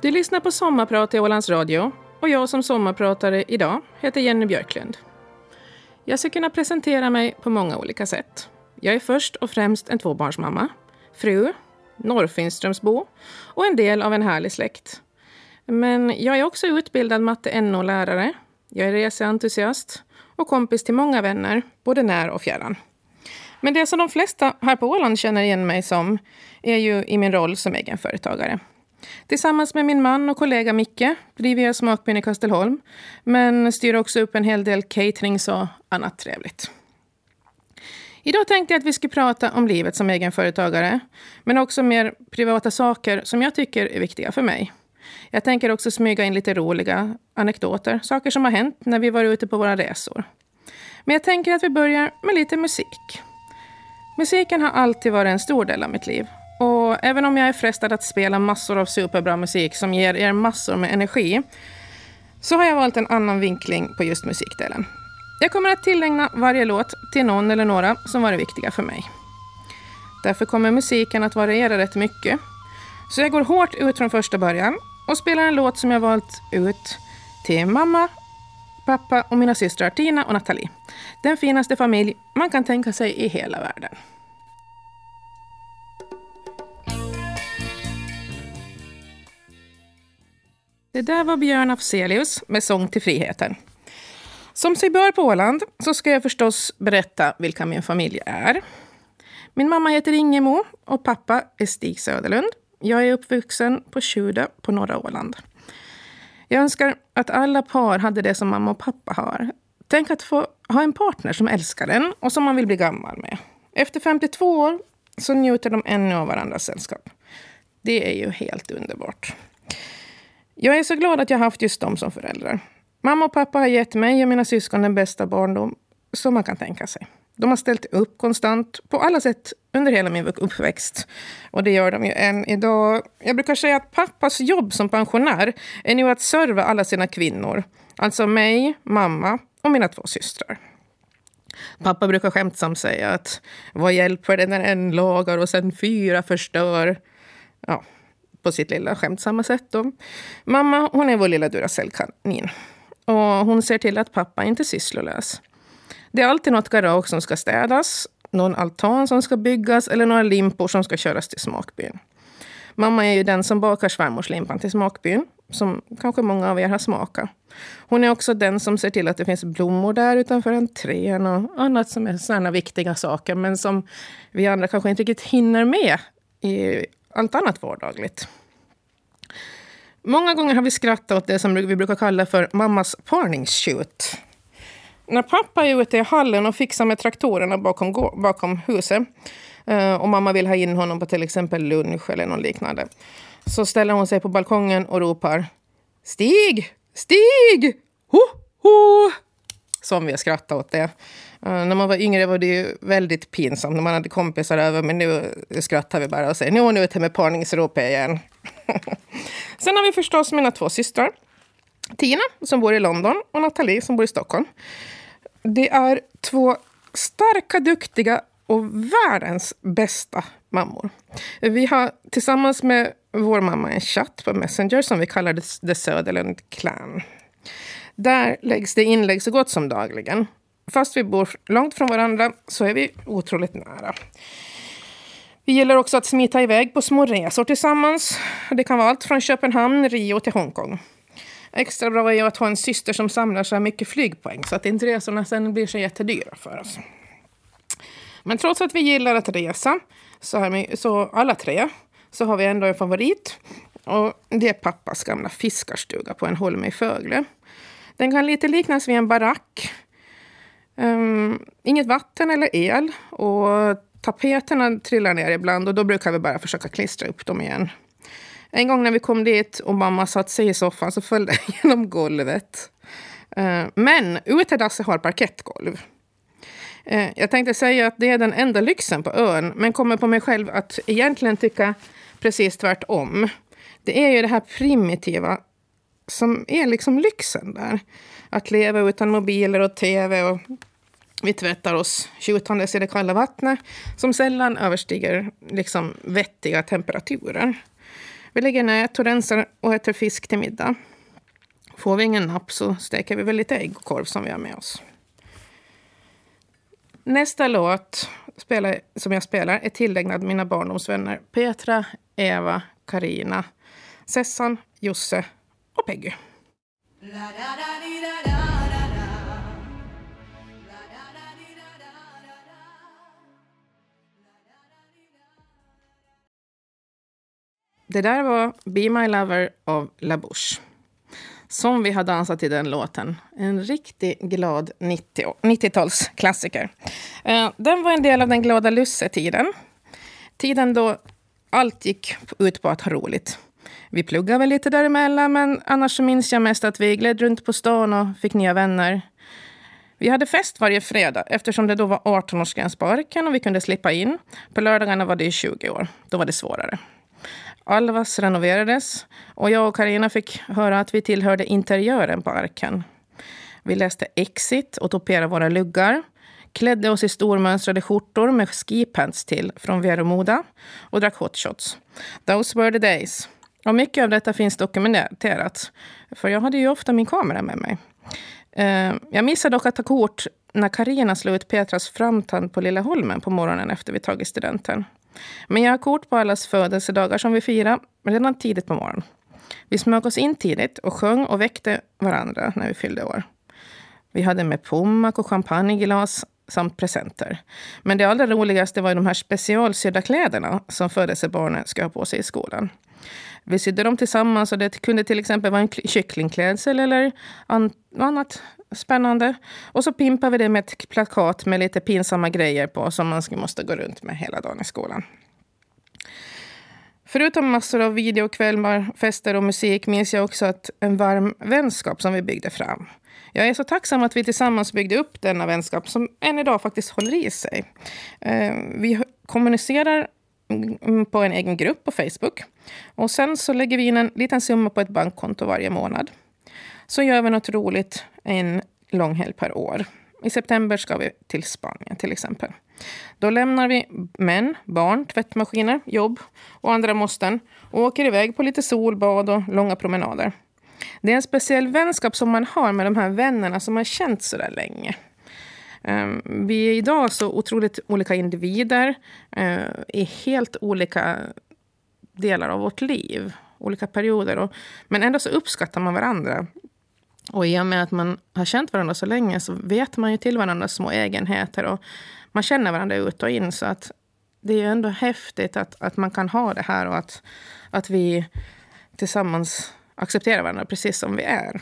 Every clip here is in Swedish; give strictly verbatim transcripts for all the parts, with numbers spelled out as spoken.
Du lyssnar på Sommarprat i Ålands Radio och jag som sommarpratare idag heter Jenny Björklund. Jag ska kunna presentera mig på många olika sätt. Jag är först och främst en tvåbarnsmamma, fru, Norrfinströmsbo och en del av en härlig släkt. Men jag är också utbildad matte-N O-lärare, jag är reseentusiast och kompis till många vänner, både när och fjärran. Men det som de flesta här på Åland känner igen mig som är ju i min roll som egenföretagare. Tillsammans med min man och kollega Micke driver jag Smakbyn i Kastelholm, men styr också upp en hel del caterings och annat trevligt. Idag tänkte jag att vi ska prata om livet som egenföretagare, men också mer privata saker som jag tycker är viktiga för mig. Jag tänker också smyga in lite roliga anekdoter, saker som har hänt när vi var ute på våra resor. Men jag tänker att vi börjar med lite musik. Musiken har alltid varit en stor del av mitt liv. Och även om jag är frestad att spela massor av superbra musik som ger er massor med energi, så har jag valt en annan vinkling på just musikdelen. Jag kommer att tillägna varje låt till någon eller några som var viktiga för mig. Därför kommer musiken att variera rätt mycket. Så jag går hårt ut från första början och spelar en låt som jag valt ut till mamma, pappa och mina systrar Tina och Nathalie. Den finaste familj man kan tänka sig i hela världen. Det där var Björn Afzelius med Sång till friheten. Som sig bör på Åland så ska jag förstås berätta vilka min familj är. Min mamma heter Ingemo och pappa är Stig Söderlund. Jag är uppvuxen på Tjuda på norra Åland. Jag önskar att alla par hade det som mamma och pappa har. Tänk att få ha en partner som älskar en och som man vill bli gammal med. Efter femtiotvå år så njuter de ännu av varandras sällskap. Det är ju helt underbart. Jag är så glad att jag har haft just dem som föräldrar. Mamma och pappa har gett mig och mina syskon den bästa barndom som man kan tänka sig. De har ställt upp konstant på alla sätt under hela min uppväxt. Och det gör de ju än idag. Jag brukar säga att pappas jobb som pensionär är nu att serva alla sina kvinnor. Alltså mig, mamma och mina två systrar. Pappa brukar skämtsamt säga att vad hjälper det när en lagar och sen fyra förstör? Ja, på sitt lilla skämtsamma sätt då. Mamma, hon är vår lilla Duracell-kanin. Och hon ser till att pappa inte sysslolös. Det är alltid något garage som ska städas, någon altan som ska byggas eller några limpor som ska köras till Smakbyn. Mamma är ju den som bakar svärmorslimpan till Smakbyn, som kanske många av er har smakat. Hon är också den som ser till att det finns blommor där utanför entrén och annat som är sådana viktiga saker, men som vi andra kanske inte riktigt hinner med i allt annat vardagligt. Många gånger har vi skrattat åt det som vi brukar kalla för mammas parningsshoot. När pappa är ute i hallen och fixar med traktorerna bakom, bakom huset och mamma vill ha in honom på till exempel lunch eller något liknande, så ställer hon sig på balkongen och ropar Stig! Stig! Ho! Ho! Som vi har skrattat åt det. Uh, när man var yngre var det ju väldigt pinsamt när man hade kompisar över, men nu skrattar vi bara och säger nu är hon ute med parningsropet igen. Sen har vi förstås mina två systrar. Tina som bor i London och Nathalie som bor i Stockholm. Det är två starka, duktiga och världens bästa mammor. Vi har tillsammans med vår mamma en chatt på Messenger som vi kallar The Söderlund Clan. Där läggs det inlägg så gott som dagligen. Fast vi bor långt från varandra så är vi otroligt nära. Vi gillar också att smita iväg på små resor tillsammans. Det kan vara allt från Köpenhamn, Rio till Hongkong. Extra bra är att ha en syster som samlar så mycket flygpoäng så att inte resorna sen blir så jättedyra för oss. Men trots att vi gillar att resa, så, här, så alla tre, så har vi ändå en favorit. Och det är pappas gamla fiskarstuga på en holme i Fögle. Den kan lite liknas vid en barack. Um, inget vatten eller el. Och tapeterna trillar ner ibland och då brukar vi bara försöka klistra upp dem igen. En gång när vi kom dit och mamma satt sig i soffan så föll det genom golvet. Uh, men utedasset har parkettgolv. Uh, jag tänkte säga att det är den enda lyxen på ön, men kommer på mig själv att egentligen tycka precis tvärtom. Det är ju det här primitiva som är liksom lyxen där. Att leva utan mobiler och tv och vi tvättar oss tjutandes i det kalla vattnet som sällan överstiger liksom vettiga temperaturer. Vi lägger nät och rensar och äter fisk till middag. Får vi ingen napp så steker vi väl lite ägg och korv som vi har med oss. Nästa låt spelar, som jag spelar är tillägnad mina barndomsvänner Petra, Eva, Karina, Sessan, Josse och Peggy. Det där var Be My Lover av La Bouche. Som vi har dansat i den låten. En riktigt glad nittio-talsklassiker. Den var en del av den glada lussetiden. Tiden då allt gick ut på att ha roligt. Vi pluggade väl lite däremellan, men annars så minns jag mest att vi gled runt på stan och fick nya vänner. Vi hade fest varje fredag eftersom det då var arton-årsgräns på Arken och vi kunde slippa in. På lördagarna var det tjugo år. Då var det svårare. Alvas renoverades och jag och Karina fick höra att vi tillhörde interiören på Arken. Vi läste Exit och toperade våra luggar, klädde oss i stormönstrade skjortor med skipants till från Vero Moda och drack hotshots. Those were the days. Och mycket av detta finns dokumenterat, för jag hade ju ofta min kamera med mig. Jag missade dock att ta kort när Karina slog ut Petras framtand på Lilla Holmen på morgonen efter vi tagit studenten. Men jag har kort på allas födelsedagar som vi firar redan tidigt på morgonen. Vi smög oss in tidigt och sjöng och väckte varandra när vi fyllde år. Vi hade med pommack och champagneglas samt presenter. Men det allra roligaste var de här specialsydda kläderna som födelsebarnen ska ha på sig i skolan. Vi sydde dem tillsammans och det kunde till exempel vara en kycklingklädsel eller annat spännande. Och så pimpade vi det med ett plakat med lite pinsamma grejer på som man måste gå runt med hela dagen i skolan. Förutom massor av videokvällar, fester och musik minns jag också att en varm vänskap som vi byggde fram. Jag är så tacksam att vi tillsammans byggde upp denna vänskap som än idag faktiskt håller i sig. Vi kommunicerar på en egen grupp på Facebook. Och sen så lägger vi in en liten summa på ett bankkonto varje månad. Så gör vi något roligt en lång helg per år. I september ska vi till Spanien till exempel. Då lämnar vi män, barn, tvättmaskiner, jobb och andra måsten och åker iväg på lite solbad och långa promenader. Det är en speciell vänskap som man har med de här vännerna som man känt så där länge. Vi är idag så otroligt olika individer i helt olika delar av vårt liv, olika perioder. Och, men ändå så uppskattar man varandra. Och i och med att man har känt varandra så länge så vet man ju till varandras små egenheter och man känner varandra ut och in. Så att det är ändå häftigt att, att man kan ha det här och att, att vi tillsammans accepterar varandra precis som vi är.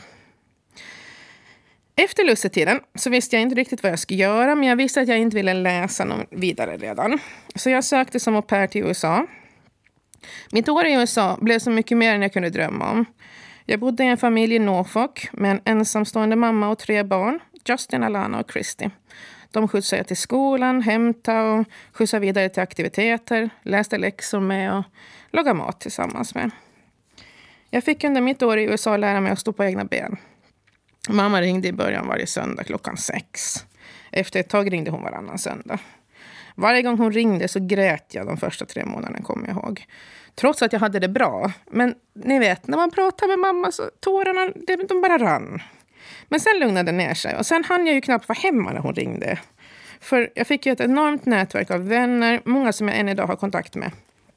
Efter lussetiden så visste jag inte riktigt vad jag skulle göra, men jag visste att jag inte ville läsa någon vidare redan. Så jag sökte som au pair till U S A. Mitt år i U S A blev så mycket mer än jag kunde drömma om. Jag bodde i en familj i Norfolk med en ensamstående mamma och tre barn, Justin, Alana och Christy. De skjutsade till skolan, hämtade och skjutsade vidare till aktiviteter, läste läxor med och lagade mat tillsammans med. Jag fick under mitt år i U S A lära mig att stå på egna ben. Mamma ringde i början varje söndag klockan sex. Efter ett tag ringde hon varannan söndag. Varje gång hon ringde så grät jag de första tre månaderna, kommer jag ihåg. Trots att jag hade det bra. Men ni vet, när man pratar med mamma så tårarna, de bara rann. Men sen lugnade det ner sig. Och sen hann jag ju knappt vara hemma när hon ringde. För jag fick ju ett enormt nätverk av vänner. Många som jag än idag har kontakt med.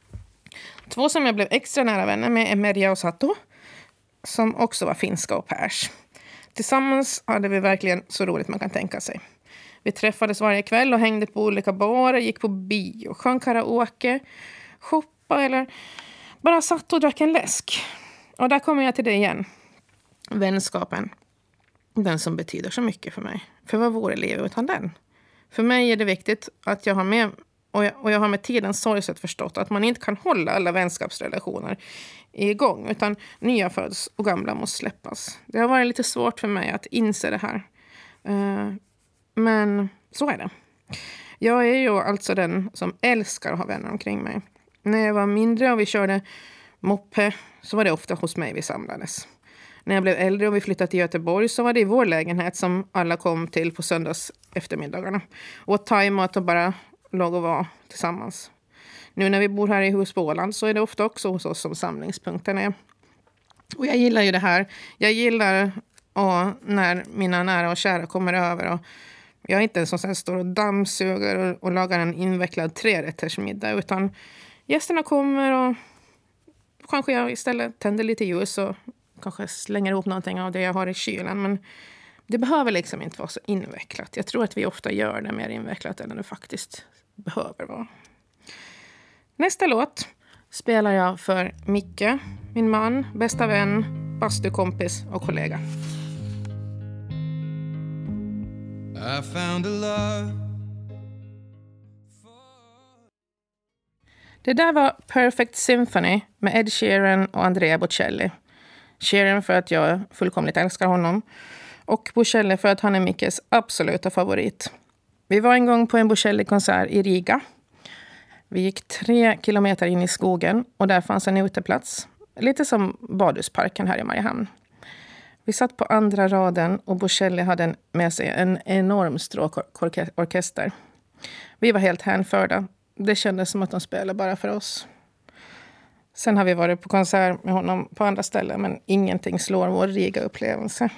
Två som jag blev extra nära vänner med är Merja och Sato. Som också var finska au pairs. Tillsammans hade vi verkligen så roligt man kan tänka sig. Vi träffades varje kväll och hängde på olika barer, gick på bio, sjöng karaoke, shoppa eller bara satt och drack en läsk. Och där kommer jag till det igen. Vänskapen. Den som betyder så mycket för mig. För vad vore livet utan den? För mig är det viktigt att jag har med, och jag, och jag har med tiden sorgset förstått att man inte kan hålla alla vänskapsrelationer igång. Utan nya föds och gamla måste släppas. Det har varit lite svårt för mig att inse det här. Uh, men så är det. Jag är ju alltså den som älskar att ha vänner omkring mig. När jag var mindre och vi körde moppe så var det ofta hos mig vi samlades. När jag blev äldre och vi flyttade till Göteborg så var det i vår lägenhet som alla kom till på söndags eftermiddagarna. Och tajmat och bara låg och var tillsammans. Nu när vi bor här i hus på Åland så är det ofta också hos oss som samlingspunkten är. Och jag gillar ju det här. Jag gillar och när mina nära och kära kommer över och jag är inte en som står och dammsuger och, och lagar en invecklad trerättersmiddag, utan gästerna kommer och kanske jag istället tänder lite ljus och kanske slänger ihop någonting av det jag har i kylen. Men det behöver liksom inte vara så invecklat. Jag tror att vi ofta gör det mer invecklat än det faktiskt behöver vara. Nästa låt spelar jag för Micke, min man, bästa vän, bastukompis och kollega. I found a love. Det där var Perfect Symphony med Ed Sheeran och Andrea Bocelli. Sheeran för att jag fullkomligt älskar honom och Bocelli för att han är Mickes absoluta favorit. Vi var en gång på en Bocelli-konsert i Riga. Vi gick tre kilometer in i skogen och där fanns en uteplats. Lite som badhusparken här i Mariehamn. Vi satt på andra raden och Bocelli hade med sig en enorm stråkorkester. Vi var helt hänförda. Det kändes som att de spelade bara för oss. Sen har vi varit på konsert med honom på andra ställen, men ingenting slår vår Riga-upplevelse.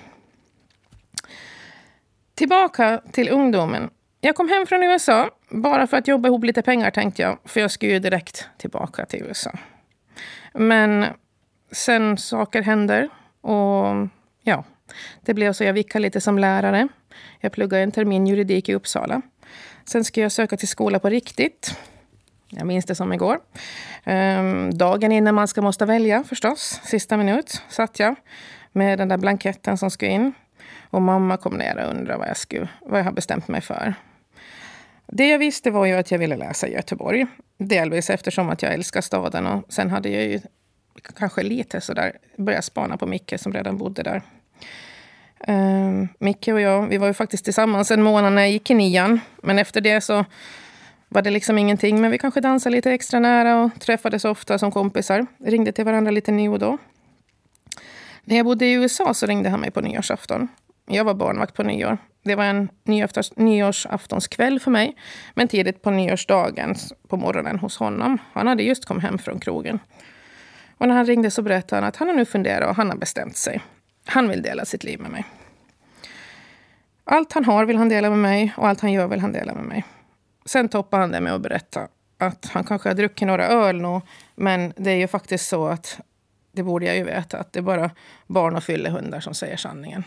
Tillbaka till ungdomen. Jag kom hem från U S A bara för att jobba ihop lite pengar, tänkte jag. För jag skulle ju direkt tillbaka till U S A. Men sen saker händer och ja, det blev så jag vickade lite som lärare. Jag pluggade en termin juridik i Uppsala. Sen ska jag söka till skola på riktigt. Jag minns det som igår. Um, dagen innan man ska måste välja förstås. Sista minut satt jag med den där blanketten som ska in. Och mamma kom ner och undrade vad jag, skulle, vad jag har bestämt mig för. Det jag visste var ju att jag ville läsa i Göteborg. Delvis eftersom att jag älskar staden. Och sen hade jag ju kanske lite sådär börjat spana på Micke som redan bodde där. Um, Micke och jag, vi var ju faktiskt tillsammans en månad när jag gick i nian. Men efter det så var det liksom ingenting. Men vi kanske dansade lite extra nära och träffades ofta som kompisar. Ringde till varandra lite nu och då. När jag bodde i U S A så ringde han mig på nyårsafton. Jag var barnvakt på nyår. Det var en nyårs, nyårsaftonskväll för mig. Men tidigt på nyårsdagen på morgonen hos honom. Han hade just kommit hem från krogen. Och när han ringde så berättade han att han har nu funderat och han har bestämt sig. Han vill dela sitt liv med mig. Allt han har vill han dela med mig och allt han gör vill han dela med mig. Sen toppade han det med att berätta att han kanske har druckit några öl nu, men det är ju faktiskt så att, det borde jag ju veta, att det är bara barn och fyllehundar som säger sanningen.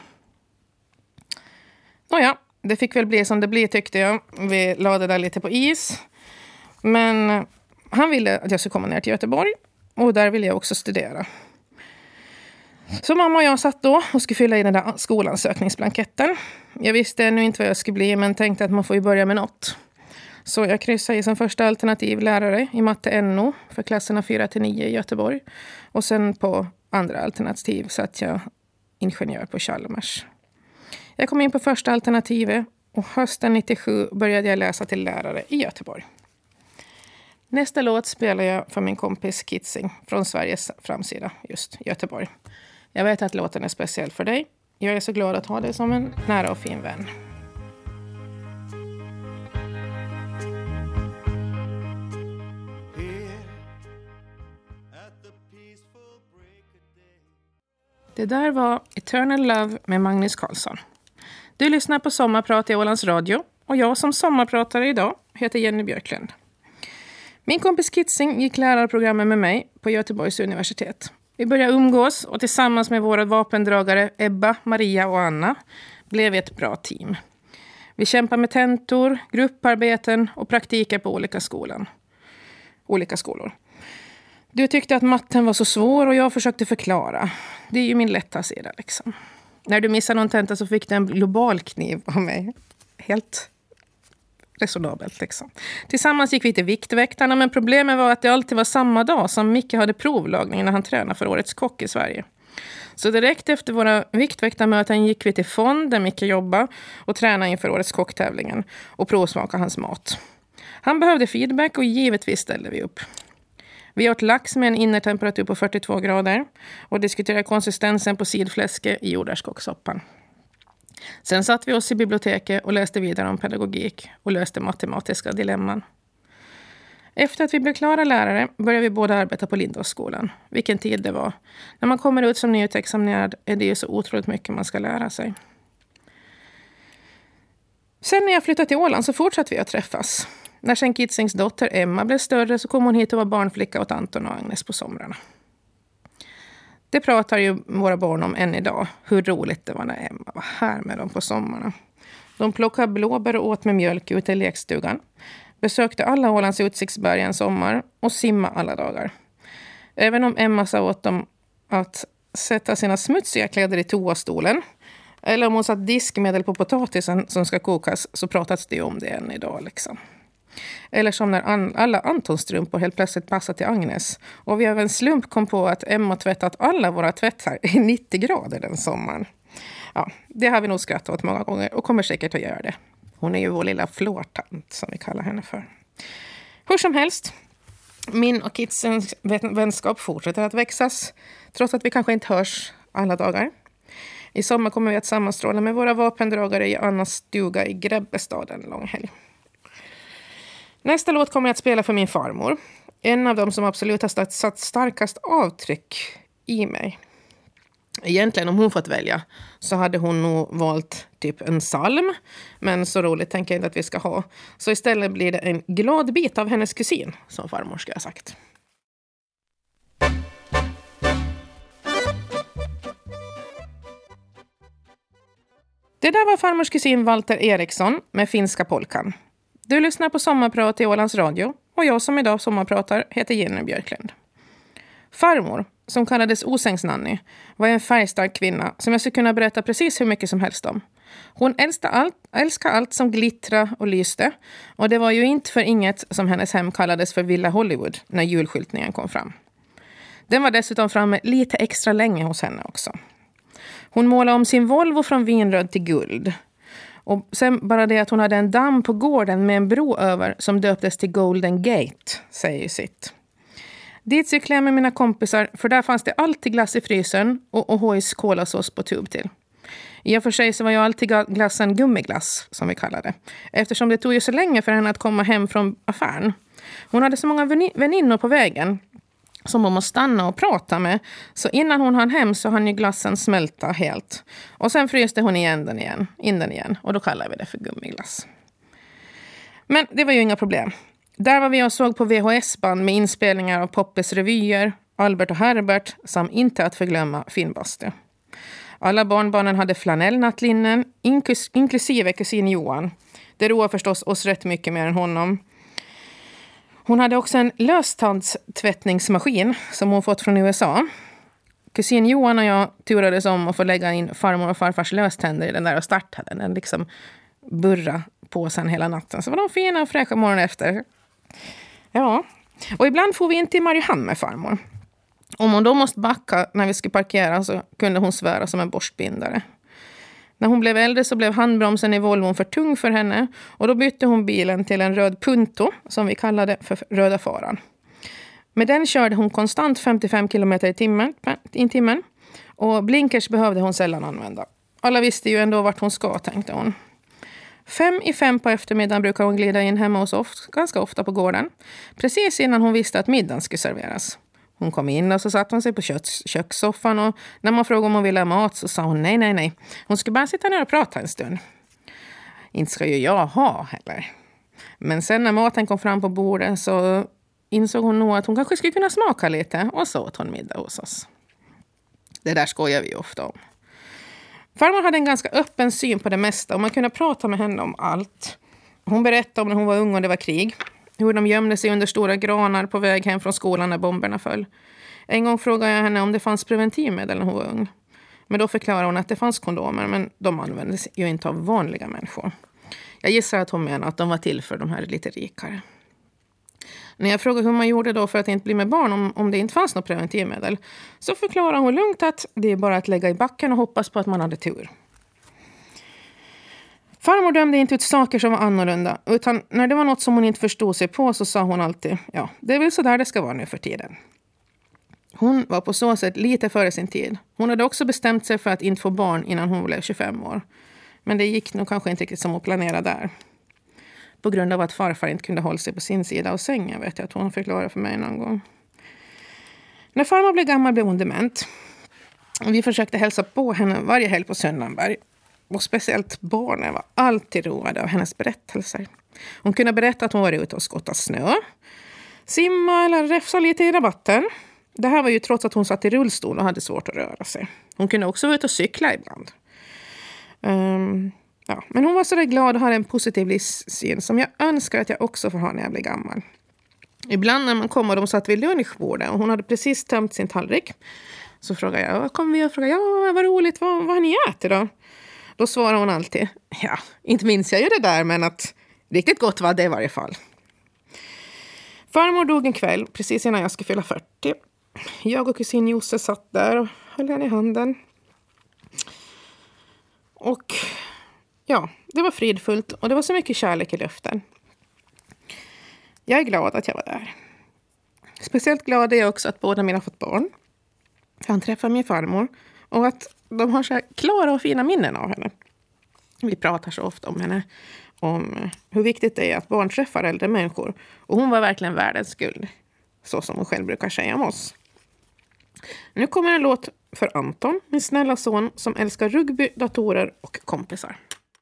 Nåja, det fick väl bli som det blir, tyckte jag. Vi lade det där lite på is. Men han ville att jag skulle komma ner till Göteborg och där ville jag också studera. Så mamma och jag satt då och skulle fylla i den där skolansökningsblanketten. Jag visste ännu inte vad jag skulle bli, men tänkte att man får ju börja med något. Så jag kryssade i som första alternativ lärare i matte N O för klasserna fyra till nio i Göteborg. Och sen på andra alternativ satt jag ingenjör på Chalmers. Jag kom in på första alternativet och hösten nittiosju började jag läsa till lärare i Göteborg. Nästa låt spelar jag för min kompis Kitzing från Sveriges framsida, just Göteborg. Jag vet att låten är speciell för dig. Jag är så glad att ha dig som en nära och fin vän. Det där var Eternal Love med Magnus Karlsson. Du lyssnar på Sommarprat i Ålands Radio och jag som sommarpratare idag heter Jenny Björklund. Min kompis Kitzing gick lärarprogrammet med mig på Göteborgs universitet. Vi började umgås och tillsammans med våra vapendragare Ebba, Maria och Anna blev vi ett bra team. Vi kämpade med tentor, grupparbeten och praktiker på olika skolan. Olika skolor. Du tyckte att matten var så svår och jag försökte förklara. Det är ju min lätta sida liksom. När du missade någon tenta så fick du en global kniv av mig. Helt resonabelt liksom. Tillsammans gick vi till Viktväktarna, men problemet var att det alltid var samma dag som Micke hade provlagning när han tränade för Årets kock i Sverige. Så direkt efter våra Viktväktarmöten gick vi till Fond där Micke jobbade och tränade inför Årets kocktävlingen och provsmaka hans mat. Han behövde feedback och givetvis ställde vi upp. Vi åt lax med en innertemperatur på fyrtiotvå grader och diskuterade konsistensen på sidfläske i jordärtskockssoppan. Sen satt vi oss i biblioteket och läste vidare om pedagogik och löste matematiska dilemman. Efter att vi blev klara lärare började vi båda arbeta på Lindåsskolan. Vilken tid det var. När man kommer ut som nyutexaminerad är det ju så otroligt mycket man ska lära sig. Sen när jag flyttade till Åland så fortsatte vi att träffas. När Sen Kitzings dotter Emma blev större så kom hon hit och var barnflicka åt Anton och Agnes på somrarna. Det pratar ju våra barn om än idag. Hur roligt det var när Emma var här med dem på sommarna. De plockade blåbär och åt med mjölk ute i lekstugan. Besökte alla Ålands utsiktsberg en sommar och simma alla dagar. Även om Emma sa åt dem att sätta sina smutsiga kläder i toastolen eller om hon satt diskmedel på potatisen som ska kokas så pratas det om det än idag liksom. Eller som när an- alla Antons strumpor helt plötsligt passade till Agnes. Och vi av en slump kom på att Emma tvättat alla våra tvättar i nittio grader den sommaren. Ja, det har vi nog skrattat åt många gånger och kommer säkert att göra det. Hon är ju vår lilla flårtant som vi kallar henne för. Hur som helst, min och Kitzens vänskap fortsätter att växas. Trots att vi kanske inte hörs alla dagar. I sommar kommer vi att sammanstråla med våra vapendragare i Annas stuga i Grebbestaden långhelg. Nästa låt kommer jag att spela för min farmor. En av dem som absolut har satt starkast avtryck i mig. Egentligen om hon fått välja så hade hon nog valt typ en psalm. Men så roligt tänker jag inte att vi ska ha. Så istället blir det en glad bit av hennes kusin som farmor ska ha sagt. Det där var farmors kusin Walter Eriksson med finska polkan. Du lyssnar på Sommarprat i Ålands Radio och jag som idag sommarpratar heter Jenny Björklund. Farmor, som kallades Osängsnanny, var en färgstark kvinna som jag skulle kunna berätta precis hur mycket som helst om. Hon älskade allt, älskade allt som glittra och lyste och det var ju inte för inget som hennes hem kallades för Villa Hollywood när julskyltningen kom fram. Den var dessutom framme lite extra länge hos henne också. Hon målade om sin Volvo från vinröd till guld. Och sen bara det att hon hade en damm på gården med en bro över som döptes till Golden Gate, säger ju sitt. Dit cyklade jag med mina kompisar för där fanns det alltid glass i frysen och O'Hoys kolasås på tub till. I och för sig så var jag alltid glassen gummiglass som vi kallade det. Eftersom det tog ju så länge för henne att komma hem från affären. Hon hade så många väninnor på vägen som hon måste stanna och prata med. Så innan hon hann hem så hann ju glassen smälta helt. Och sen fryste hon igen den igen, in den igen. Och då kallar vi det för gummiglass. Men det var ju inga problem. Där var vi och såg på V H S-band med inspelningar av Poppes revyer, Albert och Herbert, samt inte att förglömma Finnbastu. Alla barnbarnen hade flanellnattlinnen, inklus- inklusive kusin Johan. Det roar förstås oss rätt mycket mer än honom. Hon hade också en löstandstvättningsmaskin som hon fått från U S A. Kusin Johan och jag turades om att få lägga in farmor och farfars löständer i den där och startade den liksom burra på sen hela natten. Så var de fina och fräscha morgon efter. Ja, och ibland får vi in till Mariehamn med farmor. Om hon då måste backa när vi skulle parkera så kunde hon svära som en borstbindare. När hon blev äldre så blev handbromsen i Volvon för tung för henne och då bytte hon bilen till en röd Punto som vi kallade för röda faran. Med den körde hon konstant femtiofem kilometer i timmen, i timmen och blinkers behövde hon sällan använda. Alla visste ju ändå vart hon ska, tänkte hon. Fem i fem på eftermiddagen brukar hon glida in hemma hos oss, ganska ofta på gården. Precis innan hon visste att middagen skulle serveras. Hon kom in och så satt hon sig på köks- kökssoffan och när man frågade om hon ville ha mat så sa hon nej, nej, nej. Hon skulle bara sitta ner och prata en stund. Inte ska ju jag ha heller. Men sen när maten kom fram på bordet så insåg hon nog att hon kanske skulle kunna smaka lite och så åt hon middag hos oss. Det där skojar vi ofta om. Farmor hade en ganska öppen syn på det mesta och man kunde prata med henne om allt. Hon berättade om när hon var ung och det var krig. Hur de gömde sig under stora granar på väg hem från skolan när bomberna föll. En gång frågade jag henne om det fanns preventivmedel när hon var ung. Men då förklarade hon att det fanns kondomer men de användes ju inte av vanliga människor. Jag gissar att hon menar att de var till för de här lite rikare. När jag frågade hur man gjorde då för att inte bli med barn om, om det inte fanns något preventivmedel så förklarade hon lugnt att det är bara att lägga i backen och hoppas på att man hade tur. Farmor dömde inte ut saker som var annorlunda utan när det var något som hon inte förstod sig på så sa hon alltid ja, det är väl så där det ska vara nu för tiden. Hon var på så sätt lite före sin tid. Hon hade också bestämt sig för att inte få barn innan hon blev tjugofem år. Men det gick nog kanske inte riktigt som att planera där. På grund av att farfar inte kunde hålla sig på sin sida av sängen, vet jag att hon förklarade för mig någon gång. När farmor blev gammal blev hon dement. Vi försökte hälsa på henne varje helg på Söndagsberg. Och speciellt barnen var alltid roade av hennes berättelser. Hon kunde berätta att hon var ute och skottade snö. Simma eller räfsa lite i rabatten. Det här var ju trots att hon satt i rullstol och hade svårt att röra sig. Hon kunde också vara ute och cykla ibland. Um, ja. Men hon var så där glad och hade en positiv livssyn som jag önskar att jag också får ha när jag blir gammal. Ibland när man kom och de satt vid lunchbordet och hon hade precis tömt sin tallrik. Så frågade jag, vad kommer vi och frågade, ja vad roligt, vad, vad har ni ätit då? Då svarade hon alltid, ja, inte minns jag ju det där, men att riktigt gott var det i varje fall. Farmor dog en kväll, precis innan jag skulle fylla fyrtio. Jag och kusin Josse satt där och höll henne i handen. Och ja, det var fridfullt och det var så mycket kärlek i luften. Jag är glad att jag var där. Speciellt glad är jag också att båda mina fått barn. Han träffar min farmor och att de har så här klara och fina minnen av henne. Vi pratar så ofta om henne, om hur viktigt det är att barn träffar äldre människor. Och hon var verkligen världens skuld, så som hon själv brukar säga om oss. Nu kommer en låt för Anton, min snälla son som älskar rugby, datorer och kompisar.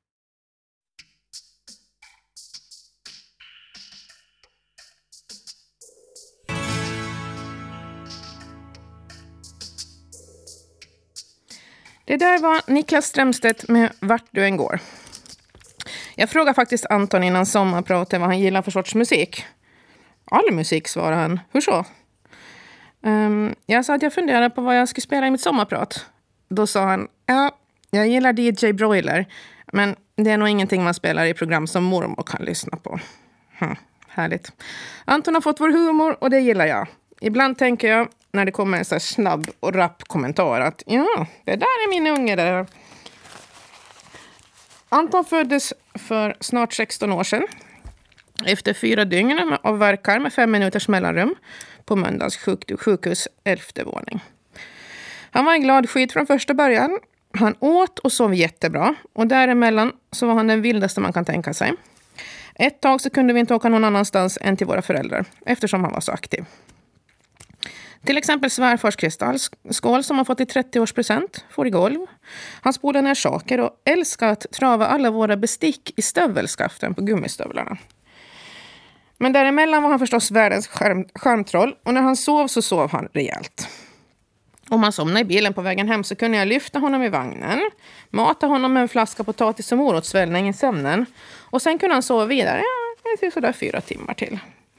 Det där var Niklas Strömstedt med Vart du än går. Jag frågade faktiskt Anton innan sommarpratet vad han gillar för sorts musik. All musik, svarade han. Hur så? Um, jag sa att jag funderade på vad jag skulle spela i mitt sommarprat. Då sa han, ja, jag gillar D J Broiler. Men det är nog ingenting man spelar i program som mormor kan lyssna på. Hm, härligt. Anton har fått vår humor och det gillar jag. Ibland tänker jag, när det kommer en så här snabb och rapp kommentar, att ja, det där är min unge där. Anton föddes för snart sexton år sedan. Efter fyra dygn av verkar med fem minuters mellanrum på Mölndals sjuk- sjukhus elfte våning. Han var en glad skit från första början. Han åt och sov jättebra. Och däremellan så var han den vildaste man kan tänka sig. Ett tag så kunde vi inte åka någon annanstans än till våra föräldrar, eftersom han var så aktiv. Till exempel svärfars kristallskål som han fått i trettio års present, får i golv. Han spolade ner saker och älskar att trava alla våra bestick i stövelskaften på gummistövlarna. Men däremellan var han förstås världens skärm, skärmtroll och när han sov så sov han rejält. Om han somnade i bilen på vägen hem så kunde jag lyfta honom i vagnen, mata honom med en flaska potatis och morotsvällning i sömnen och sen kunde han sova vidare, ja, sådär fyra timmar till.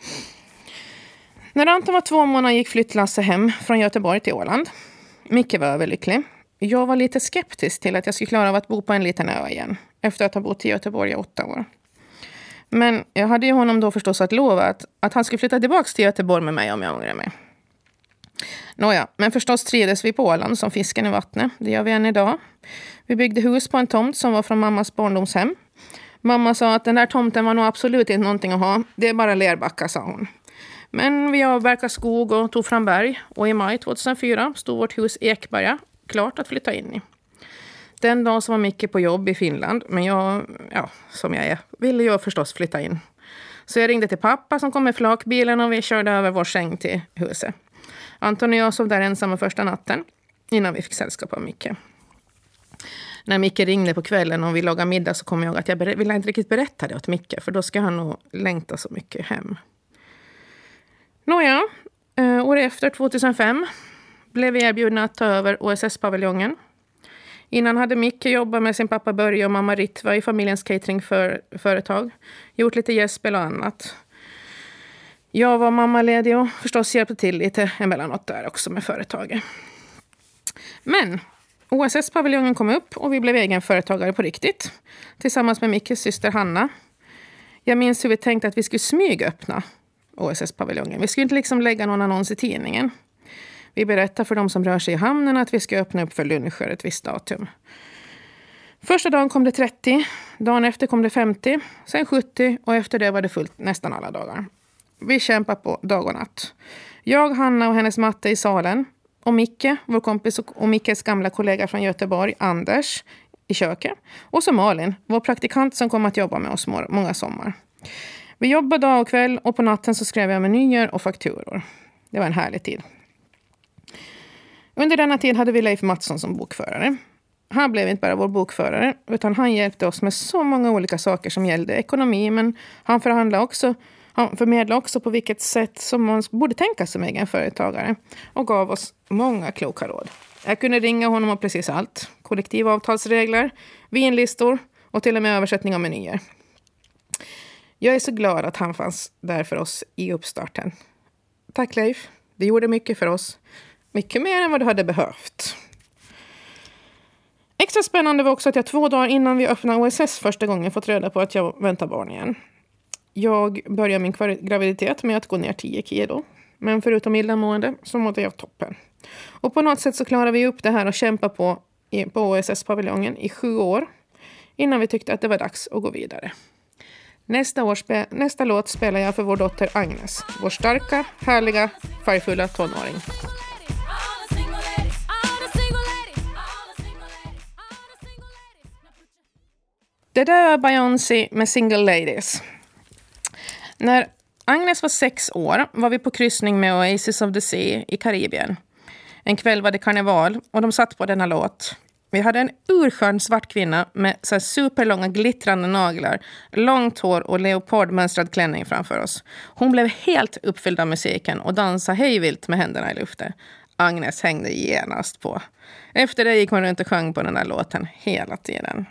När Anton var två månader gick flyttlasse hem från Göteborg till Åland. Micke var överlycklig. Jag var lite skeptisk till att jag skulle klara av att bo på en liten ö igen, efter att ha bott i Göteborg i åtta år. Men jag hade ju honom då förstås att lova att, att han skulle flytta tillbaka till Göteborg med mig om jag ångrar mig. Nåja, men förstås trivdes vi på Åland som fisken i vattnet. Det gör vi än idag. Vi byggde hus på en tomt som var från mammas barndomshem. Mamma sa att den där tomten var nog absolut inte någonting att ha. Det är bara lerbacka, sa hon. Men vi avverkade skog och tog fram berg. Och i maj tjugohundrafyra stod vårt hus Ekberga klart att flytta in i. Den dag så var Micke på jobb i Finland. Men jag, ja, som jag är, ville jag förstås flytta in. Så jag ringde till pappa som kom med flakbilen och vi körde över vår säng till huset. Anton och jag sov där ensamma första natten innan vi fick sällskap av Micke. När Micke ringde på kvällen och vi lagade middag så kom jag ihåg att jag ber- ville inte riktigt berätta det åt Micke. För då ska han nog längta så mycket hem. Nåja, eh, år efter tjugohundrafem blev vi erbjudna att ta över O S S-paviljongen. Innan hade Micke jobbat med sin pappa Börje och mamma Ritva i familjens cateringföretag. Gjort lite gästspel och annat. Jag var mammaledig och förstås hjälpte till lite emellanåt där också med företaget. Men O S S-paviljongen kom upp och vi blev egen företagare på riktigt. Tillsammans med Mickes syster Hanna. Jag minns hur vi tänkte att vi skulle smyga öppna O S S-paviljongen. Vi skulle inte liksom lägga någon annons i tidningen. Vi berättar för de som rör sig i hamnen att vi ska öppna upp för luncher ett visst datum. Första dagen kom det trettio, dagen efter kom det femtio, sen sjuttio och efter det var det fullt nästan alla dagar. Vi kämpar på dag och natt. Jag, Hanna och hennes matte i salen och Micke, vår kompis och Mickes gamla kollega från Göteborg, Anders, i köket. Och så Malin, vår praktikant som kommer att jobba med oss många sommar. Vi jobbade dag och kväll och på natten så skrev jag menyer och fakturor. Det var en härlig tid. Under denna tid hade vi Leif Mattsson som bokförare. Han blev inte bara vår bokförare utan han hjälpte oss med så många olika saker som gällde ekonomi, men han förhandlade också, han förmedlade också på vilket sätt som man borde tänka som egen företagare och gav oss många kloka råd. Jag kunde ringa honom om precis allt. Kollektivavtalsregler, vinlistor och till och med översättning av menyer. Jag är så glad att han fanns där för oss i uppstarten. Tack Leif, du gjorde mycket för oss. Mycket mer än vad du hade behövt. Extra spännande var också att jag två dagar innan vi öppnade O S S första gången fått reda på att jag väntar barn igen. Jag började min graviditet med att gå ner tio kilo. Men förutom illamående så mådde jag toppen. Och på något sätt så klarade vi upp det här och kämpa på, på O S S-paviljongen i sju år. Innan vi tyckte att det var dags att gå vidare. Nästa, år spe, nästa låt spelar jag för vår dotter Agnes. Vår starka, härliga, färgfulla tonåring. Det där var Beyoncé med Single Ladies. När Agnes var sex år var vi på kryssning med Oasis of the Sea i Karibien. En kväll var det karneval och de satt på denna låt. Vi hade en urskön svart kvinna med så här superlånga glittrande naglar, långt hår och leopardmönstrad klänning framför oss. Hon blev helt uppfylld av musiken och dansade hejvilt med händerna i luften. Agnes hängde genast på. Efter det gick hon runt och sjöng på den där låten hela tiden.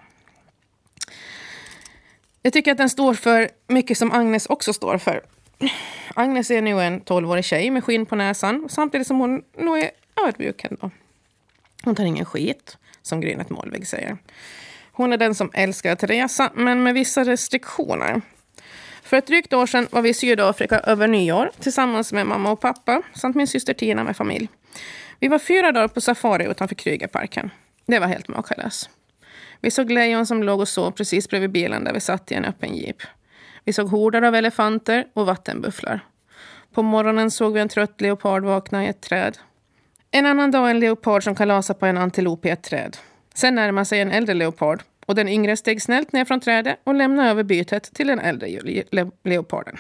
Jag tycker att den står för mycket som Agnes också står för. Agnes är nu en tolvårig tjej med skinn på näsan, samtidigt som hon nog är ödmjuk ändå. Hon tar ingen skit, som Grynet Målvig säger. Hon är den som älskar att resa, men med vissa restriktioner. För ett drygt år sedan var vi i Sydafrika över nyår tillsammans med mamma och pappa samt min syster Tina med familj. Vi var fyra dagar på safari utanför Krygerparken. Det var helt makalöst. Vi såg lejon som låg och sov precis bredvid bilen där vi satt i en öppen jeep. Vi såg horder av elefanter och vattenbufflar. På morgonen såg vi en trött leopard vakna i ett träd. En annan dag en leopard som kalasade på en antilop i ett träd. Sen närmade sig en äldre leopard och den yngre steg snällt ner från trädet och lämnade över bytet till den äldre le- leoparden.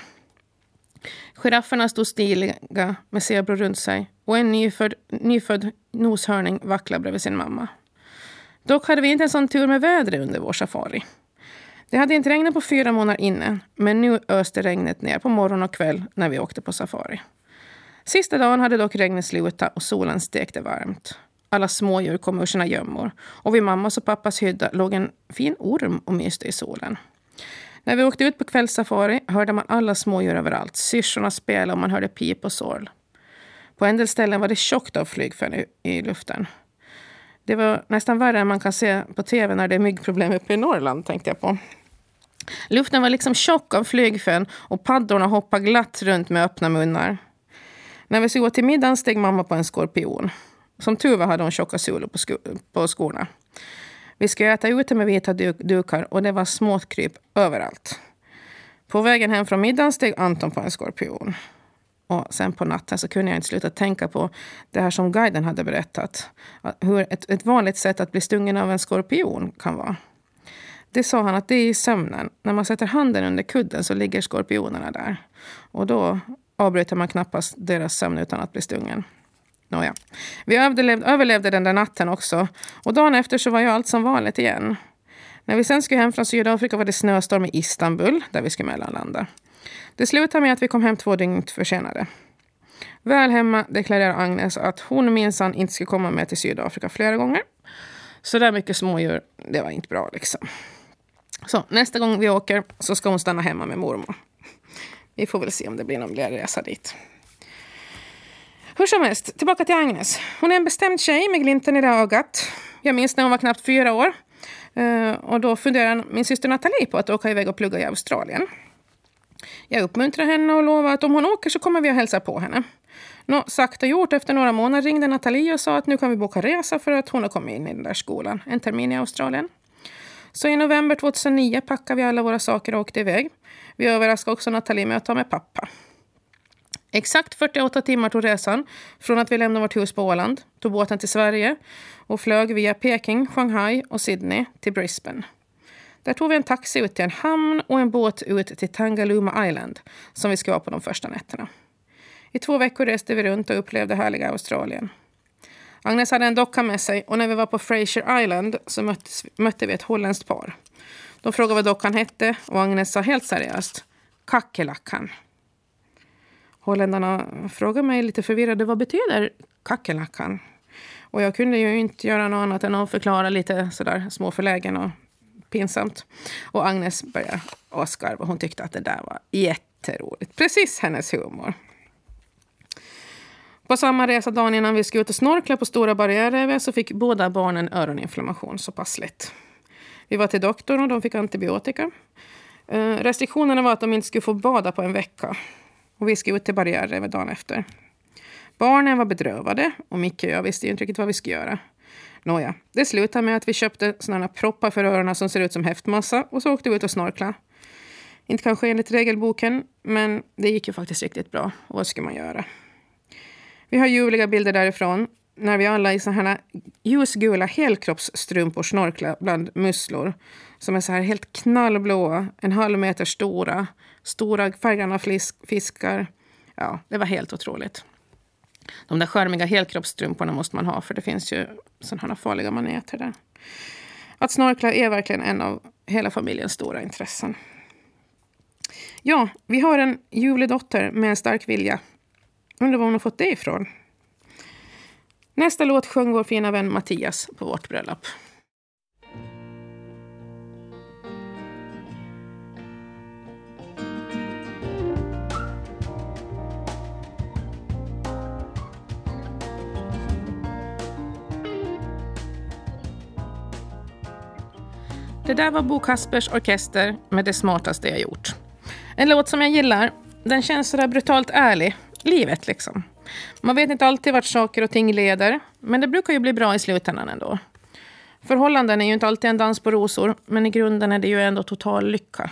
Girafferna stod stiliga med zebror runt sig och en nyfödd, nyfödd noshörning vacklade bredvid sin mamma. Dock hade vi inte en sån tur med vädret under vår safari. Det hade inte regnat på fyra månader innan, men nu öste regnet ner på morgon och kväll när vi åkte på safari. Sista dagen hade dock regnet slutat och solen stekte varmt. Alla smådjur kom ur sina gömmor och vid mammas och pappas hydda låg en fin orm och myste i solen. När vi åkte ut på kvällssafari hörde man alla smådjur överallt. Syrsorna spelade och man hörde pip och sorl. På en del ställen var det tjockt av flygfän i, i luften. Det var nästan värre än man kan se på tv när det är myggproblem uppe i Norrland, tänkte jag på. Luften var liksom tjock av flygfän och paddorna hoppade glatt runt med öppna munnar. När vi såg till middagen steg mamma på en skorpion. Som tur var hade hon tjocka sulor på, sko- på skorna. Vi ska äta ute med vita duk- dukar och det var småkryp överallt. På vägen hem från middagen steg Anton på en skorpion. Och sen på natten så kunde jag inte sluta tänka på det här som guiden hade berättat. Hur ett, ett vanligt sätt att bli stungen av en skorpion kan vara. Det sa han att det är i sömnen. När man sätter handen under kudden så ligger skorpionerna där. Och då avbryter man knappast deras sömn utan att bli stungen. Nåja. Vi överlevde, överlevde den där natten också. Och dagen efter så var ju allt som vanligt igen. När vi sen skulle hem från Sydafrika var det snöstorm i Istanbul där vi skulle mellanlanda. Det slutade med att vi kom hem två dygn försenade. Väl hemma deklarerade Agnes att hon minsann inte skulle komma med till Sydafrika flera gånger. Så där mycket smådjur, det var inte bra liksom. Så nästa gång vi åker så ska hon stanna hemma med mormor. Vi får väl se om det blir någon mer resa dit. Hur som helst, tillbaka till Agnes. Hon är en bestämd tjej med glimten i det ögat. Jag minns när hon var knappt fyra år. Och då funderade min syster Nathalie på att åka iväg och plugga i Australien. Jag uppmuntrar henne och lovar att om hon åker så kommer vi att hälsa på henne. Nå, sagt och gjort, efter några månader ringde Nathalie och sa att nu kan vi boka resa för att hon har kommit in i den där skolan. En termin i Australien. Så i november tjugohundranio packade vi alla våra saker och åkte iväg. Vi överraskade också Nathalie med att ta med pappa. Exakt fyrtioåtta timmar tog resan från att vi lämnade vårt hus på Åland, tog båten till Sverige och flög via Peking, Shanghai och Sydney till Brisbane. Där tog vi en taxi ut till en hamn och en båt ut till Tangalooma Island som vi ska vara på de första nätterna. I två veckor reste vi runt och upplevde härliga Australien. Agnes hade en docka med sig och när vi var på Fraser Island så möttes, mötte vi ett holländskt par. De frågade vad dockan hette och Agnes sa helt seriöst: kackerlackan. Holländarna frågade mig lite förvirrade: vad betyder kackerlackan? Och jag kunde ju inte göra något annat än att förklara lite sådär småförlägen och pinsamt. Och Agnes började asgarva. Hon tyckte att det där var jätteroligt. Precis hennes humor. På samma resa dagen innan vi skulle ut och snorkla på Stora barriärrevet så fick båda barnen öroninflammation så passligt. Vi var till doktorn och de fick antibiotika. Eh, restriktionerna var att de inte skulle få bada på en vecka. Och vi skulle ut till barriärrevet dagen efter. Barnen var bedrövade och Micke och jag visste ju inte riktigt vad vi skulle göra. Nåja, det slutade med att vi köpte sådana proppar för öronen som ser ut som häftmassa och så åkte vi ut och snorkla. Inte kanske enligt regelboken, men det gick ju faktiskt riktigt bra. Och vad ska man göra? Vi har ljuvliga bilder därifrån när vi alla i sådana här ljusgula helkroppsstrumpor snorklar bland musslor som är så här helt knallblåa, en halv meter stora, stora färggranna fiskar. Ja, det var helt otroligt. De där skärmiga helkroppsstrumporna måste man ha för det finns ju sådana här farliga maneter där. Att snorkla är verkligen en av hela familjens stora intressen. Ja, vi har en ljuvlig dotter med en stark vilja. Undrar var hon har fått det ifrån. Nästa låt sjöng vår fina vän Mattias på vårt bröllop. Det där var Bo Kaspers orkester med Det smartaste jag gjort. En låt som jag gillar. Den känns så där brutalt ärlig. Livet liksom. Man vet inte alltid vart saker och ting leder. Men det brukar ju bli bra i slutändan ändå. Förhållanden är ju inte alltid en dans på rosor. Men i grunden är det ju ändå total lycka.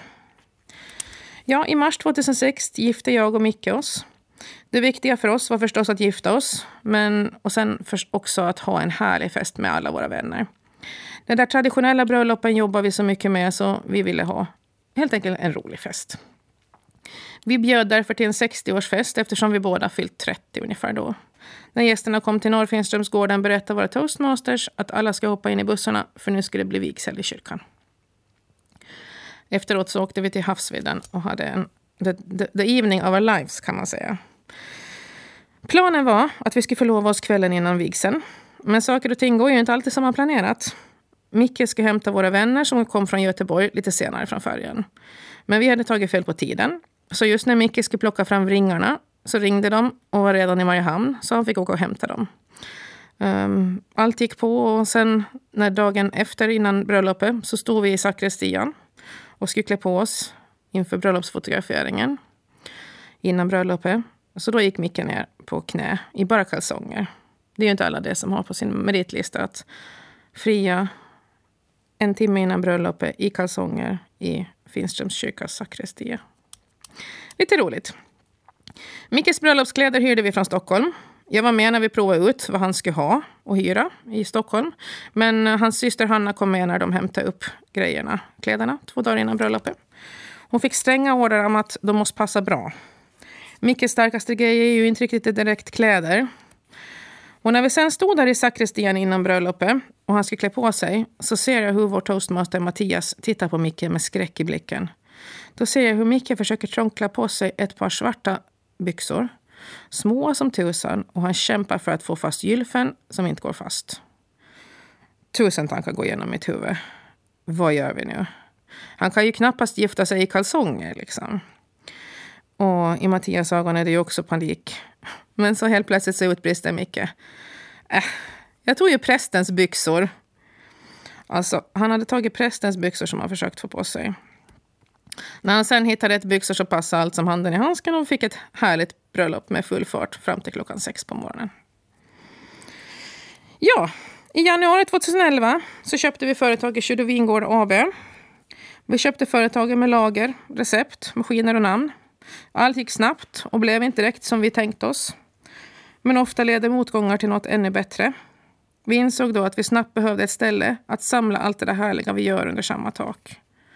Ja, i mars tjugohundrasex gifte jag och Micke oss. Det viktiga för oss var förstås att gifta oss. Men och sen också att ha en härlig fest med alla våra vänner. Den där traditionella bröllopen jobbar vi så mycket med så vi ville ha helt enkelt en rolig fest. Vi bjöd därför till en sextioårsfest eftersom vi båda fyllt trettio ungefär då. När gästerna kom till Norrfinströmsgården berättade våra toastmasters att alla ska hoppa in i bussarna för nu skulle det bli vigsel i kyrkan. Efteråt så åkte vi till Havsvidden och hade en the, the, the evening of our lives kan man säga. Planen var att vi skulle förlova oss kvällen innan vigseln. Men saker och ting går ju inte alltid som man planerat. Micke ska hämta våra vänner som kom från Göteborg lite senare från färjan. Men vi hade tagit fel på tiden. Så just när Micke skulle plocka fram ringarna så ringde de och var redan i Mariehamn så han fick åka och hämta dem. Um, allt gick på och sen när dagen efter innan bröllopet så stod vi i sakristian och skulle klä på oss inför bröllopsfotograferingen innan bröllopet. Så då gick Micke ner på knä i bara kalsonger. Det är ju inte alla det som har på sin meritlista att fria en timme innan bröllopet i kalsonger i Finströms kyrkas sakristia. Lite roligt. Mickes bröllopskläder hyrde vi från Stockholm. Jag var med när vi provade ut vad han skulle ha och hyra i Stockholm. Men hans syster Hanna kom med när de hämtade upp grejerna, kläderna, två dagar innan bröllopet. Hon fick stränga order om att de måste passa bra. Mickes starkaste grej är ju inte riktigt direkt kläder. Och när vi sen stod där i sakristian innan bröllopet och han skulle klä på sig så ser jag hur vår toastmaster Mattias tittar på Micke med skräck i blicken. Då ser jag hur Micke försöker trånkla på sig ett par svarta byxor. Små som tusan och han kämpar för att få fast gylfen som inte går fast. Tusen tankar går igenom mitt huvud. Vad gör vi nu? Han kan ju knappast gifta sig i kalsonger liksom. Och i Mattias ögon är det ju också panik. Men så helt plötsligt så utbrister Micke. Äh, jag tog ju prästens byxor. Alltså, han hade tagit prästens byxor som han försökt få på sig. När han sen hittade ett byxor så passade allt som handen i handsken och fick ett härligt bröllop med full fart fram till klockan sex på morgonen. Ja, i januari tjugoelva så köpte vi företaget Tjudo Vingård A B. Vi köpte företaget med lager, recept, maskiner och namn. Allt gick snabbt och blev inte direkt som vi tänkt oss. Men ofta leder motgångar till något ännu bättre. Vi insåg då att vi snabbt behövde ett ställe att samla allt det där härliga vi gör under samma tak.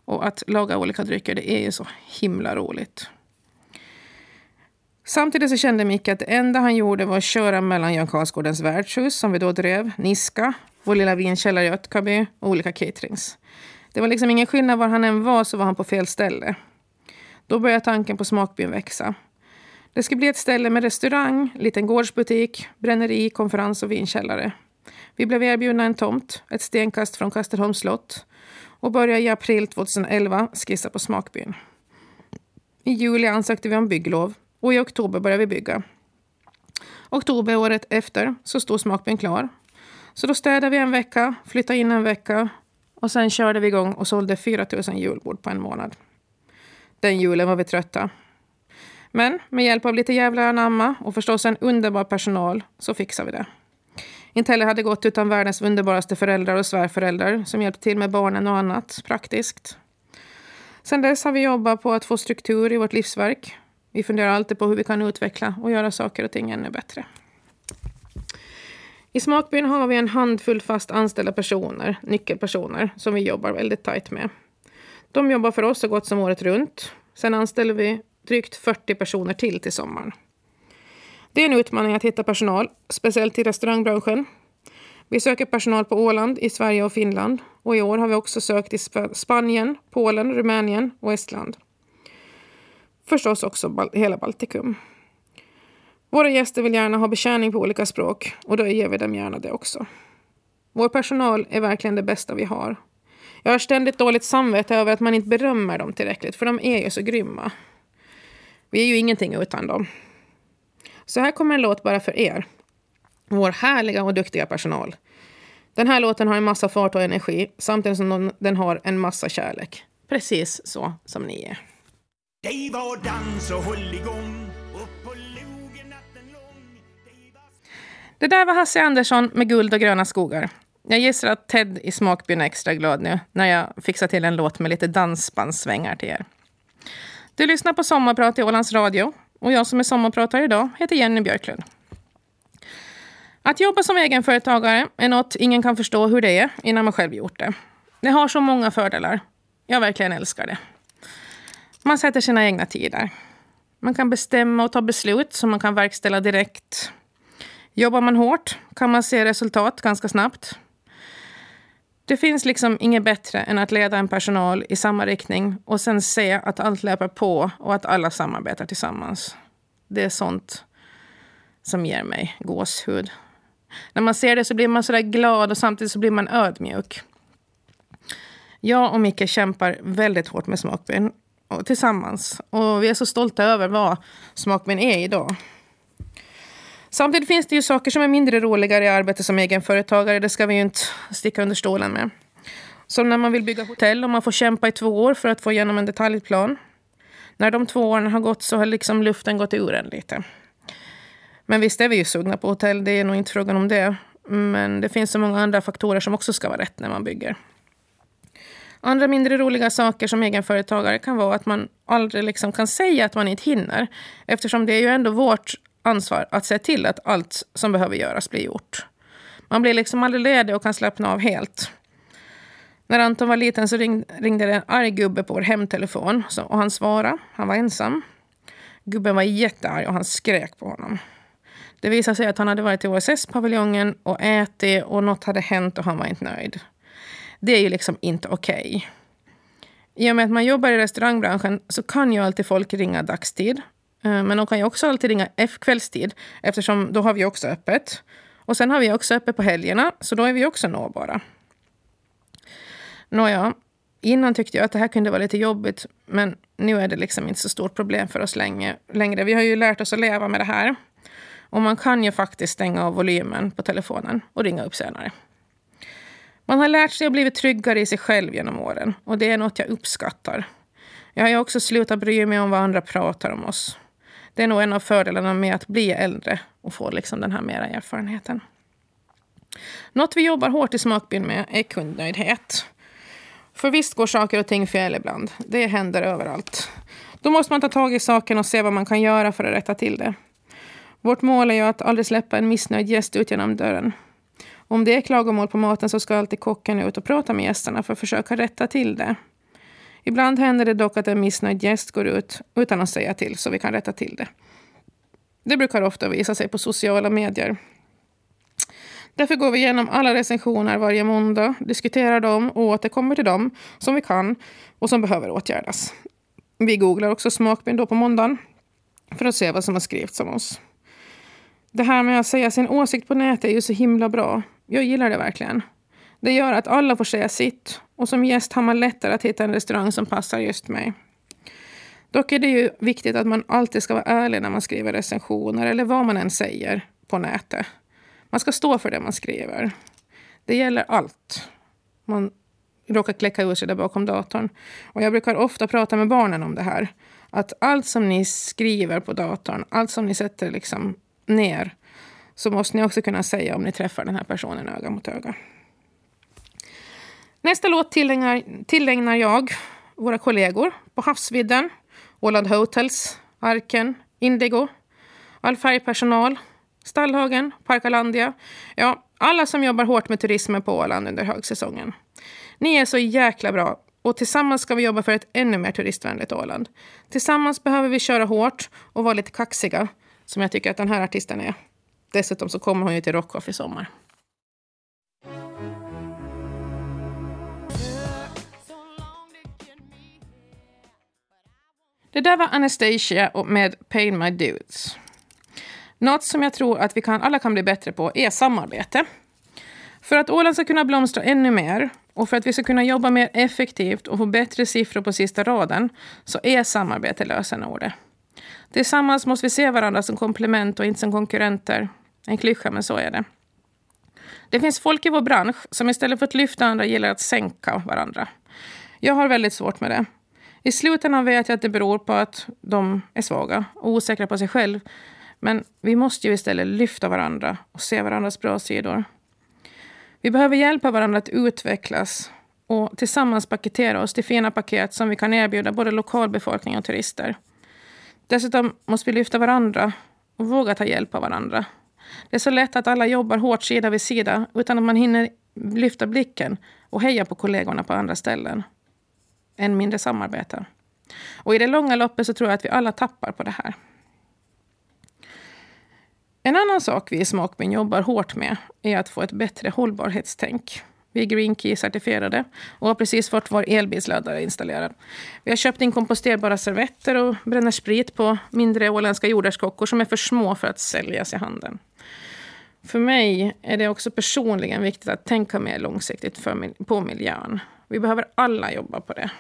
Och att laga olika drycker, det är ju så himla roligt. Samtidigt så kände Micke att det enda han gjorde var att köra mellan Jan Karlsgårdens värdshus som vi då drev, Niska, vår lilla vinkällare i Ötkaby och olika caterings. Det var liksom ingen skillnad var han än var, så var han på fel ställe. Då började tanken på smakbyn växa. Det skulle bli ett ställe med restaurang, liten gårdsbutik, bränneri, konferens och vinkällare. Vi blev erbjudna en tomt, ett stenkast från Kasterholms slott, och började i april tjugoelva skissa på smakbyn. I juli ansökte vi om bygglov och i oktober började vi bygga. Oktober året efter så stod smakbyn klar. Så då städade vi en vecka, flyttade in en vecka och sen körde vi igång och sålde fyra tusen julbord på en månad. Den julen var vi trötta. Men med hjälp av lite jävla anamma och förstås en underbar personal så fixade vi det. Inte heller hade gått utan världens underbaraste föräldrar och svärföräldrar som hjälpte till med barnen och annat praktiskt. Sen dess har vi jobbat på att få struktur i vårt livsverk. Vi funderar alltid på hur vi kan utveckla och göra saker och ting ännu bättre. I smakbyn har vi en handfull fast anställda personer, nyckelpersoner, som vi jobbar väldigt tajt med. De jobbar för oss så gott som året runt. Sen anställer vi drygt fyrtio personer till till sommaren. Det är en utmaning att hitta personal, speciellt i restaurangbranschen. Vi söker personal på Åland, i Sverige och Finland. Och i år har vi också sökt i Sp- Spanien, Polen, Rumänien och Estland. Förstås också Bal- hela Baltikum. Våra gäster vill gärna ha betjäning på olika språk och då ger vi dem gärna det också. Vår personal är verkligen det bästa vi har. Jag har ständigt dåligt samvete över att man inte berömmer dem tillräckligt, för de är ju så grymma. Vi är ju ingenting utan dem. Så här kommer en låt bara för er. Vår härliga och duktiga personal. Den här låten har en massa fart och energi samtidigt som den har en massa kärlek. Precis så som ni är. Det var dans och håll igång upp på logen natten lång. Det där var Hasse Andersson med Guld och gröna skogar. Jag gissar att Ted i smakbyn är extra glad nu när jag fixar till en låt med lite dansbandssvängar till er. Du lyssnar på Sommarprat i Ålands Radio och jag som är sommarpratare idag heter Jenny Björklund. Att jobba som egenföretagare är något ingen kan förstå hur det är innan man själv gjort det. Det har så många fördelar. Jag verkligen älskar det. Man sätter sina egna tider. Man kan bestämma och ta beslut som man kan verkställa direkt. Jobbar man hårt kan man se resultat ganska snabbt. Det finns liksom inget bättre än att leda en personal i samma riktning och sen se att allt löper på och att alla samarbetar tillsammans. Det är sånt som ger mig gåshud. När man ser det så blir man sådär glad och samtidigt så blir man ödmjuk. Jag och Micke kämpar väldigt hårt med smakbyn och tillsammans. Och vi är så stolta över vad smakbyn är idag. Samtidigt finns det ju saker som är mindre roligare i arbetet som egenföretagare. Det ska vi ju inte sticka under stolen med. Som när man vill bygga hotell och man får kämpa i två år för att få igenom en detaljplan. När de två åren har gått så har liksom luften gått ur en lite. Men visst är vi ju sugna på hotell, det är nog inte frågan om det. Men det finns så många andra faktorer som också ska vara rätt när man bygger. Andra mindre roliga saker som egenföretagare kan vara att man aldrig liksom kan säga att man inte hinner. Eftersom det är ju ändå vårt ansvar att se till att allt som behöver göras blir gjort. Man blir liksom aldrig ledig och kan slappna av helt. När Anton var liten så ring, ringde det en arg gubbe på vår hemtelefon så, och han svarade. Han var ensam. Gubben var jättearg och han skrek på honom. Det visade sig att han hade varit till O S S-paviljongen och ätit och något hade hänt och han var inte nöjd. Det är ju liksom inte okej. Okay. I och med att man jobbar i restaurangbranschen så kan ju alltid folk ringa dagstid. Men de kan ju också alltid ringa kvällstid eftersom då har vi också öppet. Och sen har vi också öppet på helgerna så då är vi också nåbara. Nåja, innan tyckte jag att det här kunde vara lite jobbigt men nu är det liksom inte så stort problem för oss länge, längre. Vi har ju lärt oss att leva med det här. Och man kan ju faktiskt stänga av volymen på telefonen och ringa upp senare. Man har lärt sig och blivit tryggare i sig själv genom åren och det är något jag uppskattar. Jag har ju också slutat bry mig om vad andra pratar om oss. Det är nog en av fördelarna med att bli äldre och få liksom den här mera erfarenheten. Något vi jobbar hårt i smakbyn med är kundnöjdhet. För visst går saker och ting fel ibland. Det händer överallt. Då måste man ta tag i saken och se vad man kan göra för att rätta till det. Vårt mål är ju att aldrig släppa en missnöjd gäst ut genom dörren. Om det är klagomål på maten så ska alltid kocken ut och prata med gästerna för att försöka rätta till det. Ibland händer det dock att en missnöjd gäst går ut utan att säga till, så vi kan rätta till det. Det brukar ofta visa sig på sociala medier. Därför går vi igenom alla recensioner varje måndag, diskuterar dem och återkommer till dem som vi kan och som behöver åtgärdas. Vi googlar också smakbild då på måndagen för att se vad som har skrivits om oss. Det här med att säga sin åsikt på nätet är ju så himla bra. Jag gillar det verkligen. Det gör att alla får säga sitt och som gäst har man lättare att hitta en restaurang som passar just mig. Dock är det ju viktigt att man alltid ska vara ärlig när man skriver recensioner eller vad man än säger på nätet. Man ska stå för det man skriver. Det gäller allt. Man råkar kläcka ur sig där bakom datorn. Och jag brukar ofta prata med barnen om det här. Att allt som ni skriver på datorn, allt som ni sätter liksom ner, så måste ni också kunna säga om ni träffar den här personen öga mot öga. Nästa låt tillägnar, tillägnar jag våra kollegor på Havsvidden, Åland Hotels, Arken, Indigo, all färgpersonal, Stallhagen, Parkalandia. Ja, alla som jobbar hårt med turismen på Åland under högsäsongen. Ni är så jäkla bra och tillsammans ska vi jobba för ett ännu mer turistvänligt Åland. Tillsammans behöver vi köra hårt och vara lite kaxiga, som jag tycker att den här artisten är. Dessutom så kommer hon ju till Rockoff i sommar. Det där var Anastasia med Pay My Dues. Något som jag tror att vi kan, alla kan bli bättre på är samarbete. För att Åland ska kunna blomstra ännu mer och för att vi ska kunna jobba mer effektivt och få bättre siffror på sista raden, så är samarbete lösenordet. Tillsammans måste vi se varandra som komplement och inte som konkurrenter. En klyscha, men så är det. Det finns folk i vår bransch som istället för att lyfta andra gillar att sänka varandra. Jag har väldigt svårt med det. I slutändan vet jag att det beror på att de är svaga och osäkra på sig själv. Men vi måste ju istället lyfta varandra och se varandras bra sidor. Vi behöver hjälpa varandra att utvecklas och tillsammans paketera oss till fina paket som vi kan erbjuda både lokalbefolkning och turister. Dessutom måste vi lyfta varandra och våga ta hjälp av varandra. Det är så lätt att alla jobbar hårt sida vid sida utan att man hinner lyfta blicken och heja på kollegorna på andra ställen. Än mindre samarbete. Och i det långa loppet så tror jag att vi alla tappar på det här. En annan sak vi i Smakbyn jobbar hårt med är att få ett bättre hållbarhetstänk. Vi är Green Key-certifierade och har precis fått vår elbilsladdare installerad. Vi har köpt in komposterbara servetter och bränner sprit på mindre åländska jordärtskockor som är för små för att säljas i handeln. För mig är det också personligen viktigt att tänka mer långsiktigt för, på miljön. Vi behöver alla jobba på det.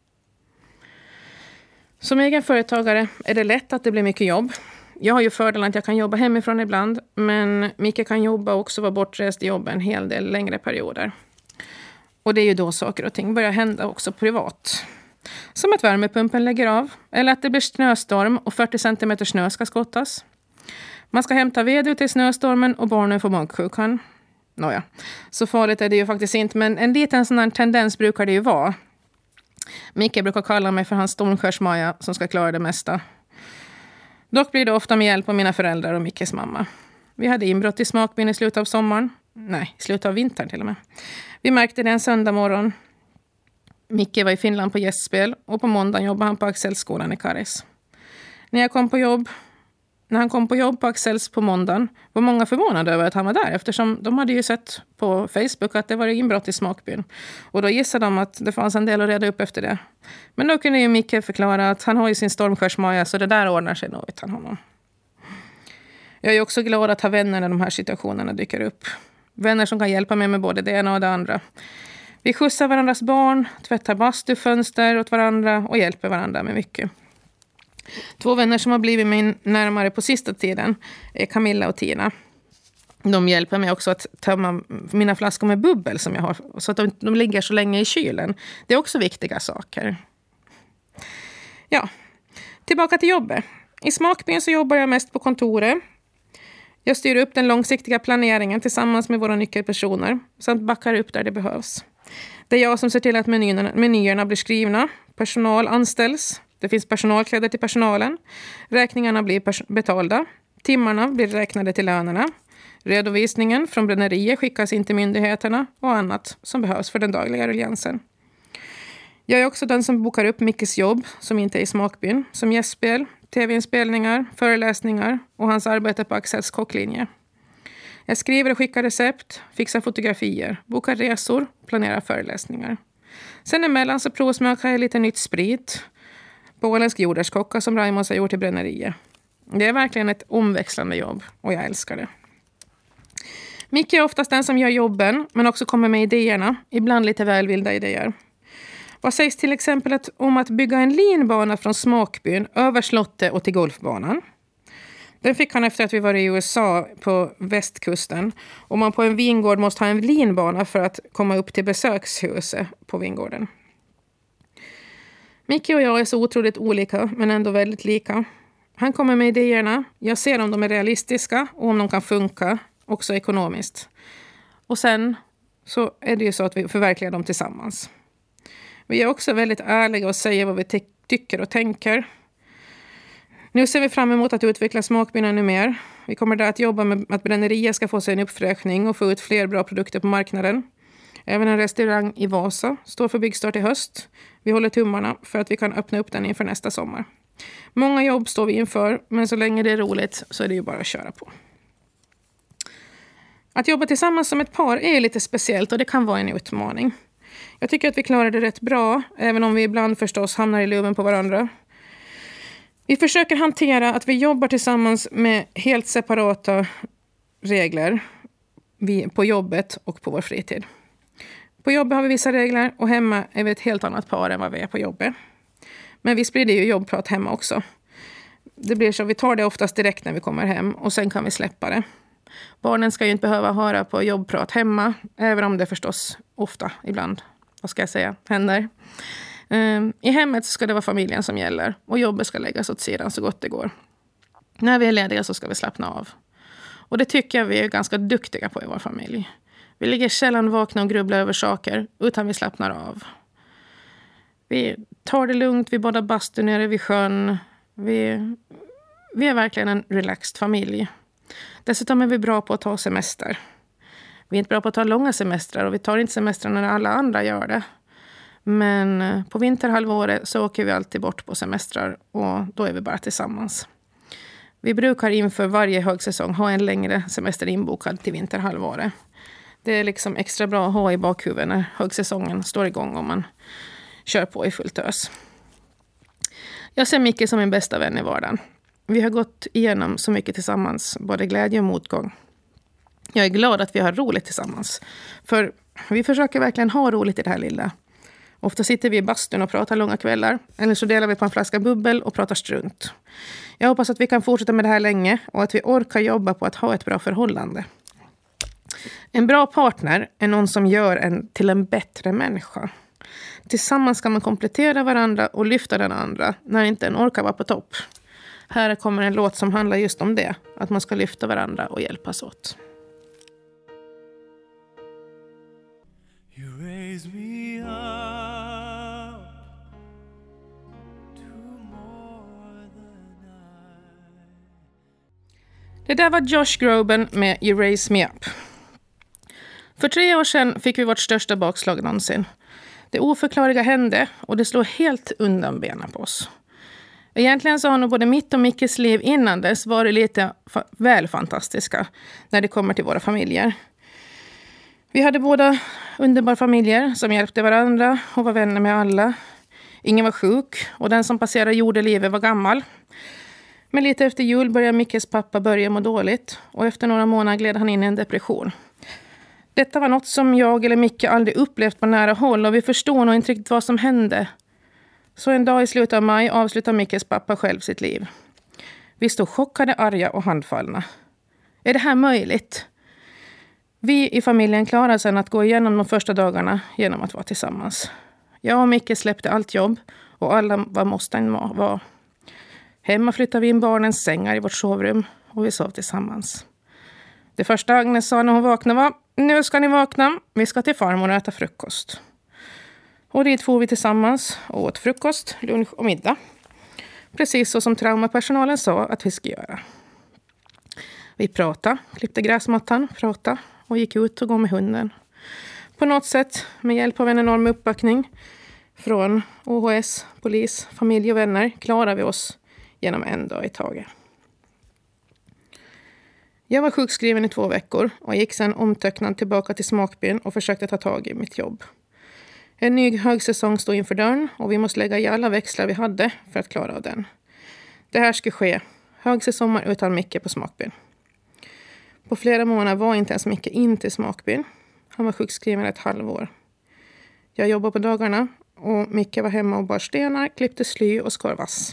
Som egen företagare är det lätt att det blir mycket jobb. Jag har ju fördelen att jag kan jobba hemifrån ibland, men Micke kan jobba och också vara bortrest i jobb en hel del längre perioder. Och det är ju då saker och ting börjar hända också privat. Som att värmepumpen lägger av, eller att det blir snöstorm och fyrtio centimeter snö ska skottas. Man ska hämta ved ut i snöstormen och barnen får magsjukan. Nåja, så farligt är det ju faktiskt inte, men en liten sån här tendens brukar det ju vara. Micke brukar kalla mig för hans stormskärsmaja som ska klara det mesta. Dock blir det ofta med hjälp av mina föräldrar och Mickes mamma. Vi hade inbrott i Smakbyn i slutet av sommaren. Nej, i slutet av vintern till och med. Vi märkte det en söndag morgon. Micke var i Finland på gästspel och på måndagen jobbade han på Axelsskolan i Karis. När jag kom på jobb, när han kom på jobb på Axels på måndagen var många förvånade över att han var där, eftersom de hade ju sett på Facebook att det var inbrott i Smakbyn. Och då gissade de att det fanns en del att reda upp efter det. Men då kunde ju Micke förklara att han har ju sin stormskärsmaja, så det där ordnar sig nog utan honom. Jag är också glad att ha vänner när de här situationerna dyker upp. Vänner som kan hjälpa mig med både det ena och det andra. Vi skjutsar varandras barn, tvättar bastufönster åt varandra och hjälper varandra med mycket. Två vänner som har blivit mig närmare på sista tiden är Camilla och Tina. De hjälper mig också att tömma mina flaskor med bubbel som jag har, så att de, de ligger så länge i kylen. Det är också viktiga saker. Ja, tillbaka till jobbet. I Smakbyn så jobbar jag mest på kontoret. Jag styr upp den långsiktiga planeringen tillsammans med våra nyckelpersoner samt backar upp där det behövs. Det är jag som ser till att menyerna, menyerna blir skrivna, personal anställs. Det finns personalkläder till personalen. Räkningarna blir pers- betalda. Timmarna blir räknade till lönerna. Redovisningen från brännerier skickas in till myndigheterna och annat som behövs för den dagliga ruljansen. Jag är också den som bokar upp Mickes jobb som inte är i Smakbyn, som gästspel, tv-inspelningar, föreläsningar och hans arbete på Axels kocklinje. Jag skriver och skickar recept, fixar fotografier, bokar resor, planerar föreläsningar. Sen emellan så provsmakar jag lite nytt sprit på åländsk jordärtskocka som Raimons har gjort i bränneriet. Det är verkligen ett omväxlande jobb och jag älskar det. Micke är oftast den som gör jobben men också kommer med idéerna, ibland lite välvilda idéer. Vad sägs till exempel att, om att bygga en linbana från Smakbyn över slottet och till golfbanan? Den fick han efter att vi var i U S A på västkusten. Och man på en vingård måste ha en linbana för att komma upp till besökshuset på vingården. Micke och jag är så otroligt olika men ändå väldigt lika. Han kommer med idéerna. Jag ser om de är realistiska och om de kan funka, också ekonomiskt. Och sen så är det ju så att vi förverkligar dem tillsammans. Vi är också väldigt ärliga och säger vad vi ty- tycker och tänker. Nu ser vi fram emot att utveckla Smakbyn ännu mer. Vi kommer där att jobba med att bränneriet ska få sig en uppfräschning och få ut fler bra produkter på marknaden. Även en restaurang i Vasa står för byggstart i höst. Vi håller tummarna för att vi kan öppna upp den inför nästa sommar. Många jobb står vi inför, men så länge det är roligt så är det ju bara att köra på. Att jobba tillsammans som ett par är lite speciellt och det kan vara en utmaning. Jag tycker att vi klarar det rätt bra, även om vi ibland förstås hamnar i luven på varandra. Vi försöker hantera att vi jobbar tillsammans med helt separata regler på jobbet och på vår fritid. På jobbet har vi vissa regler och hemma är vi ett helt annat par än vad vi är på jobbet. Men visst blir det ju jobbprat hemma också. Det blir så, vi tar det oftast direkt när vi kommer hem och sen kan vi släppa det. Barnen ska ju inte behöva höra på jobbprat hemma, även om det förstås ofta, ibland, vad ska jag säga, händer. Um, I hemmet ska det vara familjen som gäller och jobbet ska läggas åt sidan så gott det går. När vi är lediga så ska vi slappna av. Och det tycker jag vi är ganska duktiga på i vår familj. Vi ligger sällan vakna och grubblar över saker utan vi slappnar av. Vi tar det lugnt, vi badar bastu nere vid sjön. Vi, vi är verkligen en relaxed familj. Dessutom är vi bra på att ta semester. Vi är inte bra på att ta långa semestrar och vi tar inte semestrar när alla andra gör det. Men på vinterhalvåret så åker vi alltid bort på semestrar och då är vi bara tillsammans. Vi brukar inför varje högsäsong ha en längre semester inbokad till vinterhalvåret. Det är liksom extra bra att ha i bakhuvudet när högsäsongen står igång och man kör på i fullt ös. Jag ser Micke som min bästa vän i vardagen. Vi har gått igenom så mycket tillsammans, både glädje och motgång. Jag är glad att vi har roligt tillsammans. För vi försöker verkligen ha roligt i det här lilla. Ofta sitter vi i bastun och pratar långa kvällar. Eller så delar vi på en flaska bubbel och pratar strunt. Jag hoppas att vi kan fortsätta med det här länge och att vi orkar jobba på att ha ett bra förhållande. En bra partner är någon som gör en till en bättre människa. Tillsammans ska man komplettera varandra och lyfta den andra när inte en orkar vara på topp. Här kommer en låt som handlar just om det. Att man ska lyfta varandra och hjälpas åt. You raise me up to more than I. Det där var Josh Groban med You Raise Me Up. För tre år sedan fick vi vårt största bakslag någonsin. Det oförklarliga hände och det slår helt undan benen på oss. Egentligen så har nog både mitt och Mickes liv innan dess varit lite fa- väl fantastiska när det kommer till våra familjer. Vi hade båda underbara familjer som hjälpte varandra och var vänner med alla. Ingen var sjuk och den som passerade jordelivet var gammal. Men lite efter jul började Mickes pappa börja må dåligt och efter några månader gled han in i en depression. Detta var något som jag eller Micke aldrig upplevt på nära håll och vi förstod nog inte riktigt vad som hände. Så en dag i slutet av maj avslutade Mickes pappa själv sitt liv. Vi stod chockade, arga och handfallna. Är det här möjligt? Vi i familjen klarade sedan att gå igenom de första dagarna genom att vara tillsammans. Jag och Micke släppte allt jobb och alla vad måsten var. Hemma flyttade vi in barnens sängar i vårt sovrum och vi sov tillsammans. Det första Agnes sa när hon vaknade var: nu ska ni vakna, vi ska till farmor och äta frukost. Och dit får vi tillsammans och åt frukost, lunch och middag. Precis så som traumapersonalen sa att vi ska göra. Vi pratade, klippte gräsmattan, pratade och gick ut och gå med hunden. På något sätt, med hjälp av en enorm uppbackning, Från O H S, polis, familj och vänner klarar vi oss genom en dag i taget. Jag var sjukskriven i två veckor och gick sedan omtöcknad tillbaka till smakbyn och försökte ta tag i mitt jobb. En ny högsäsong stod inför dörren och vi måste lägga i alla växlar vi hade för att klara av den. Det här skulle ske. Högsäsong utan Micke på smakbyn. På flera månader var inte ens Micke in till smakbyn. Han var sjukskriven ett halvår. Jag jobbade på dagarna och Micke var hemma och bar stenar, klippte sly och skar vass.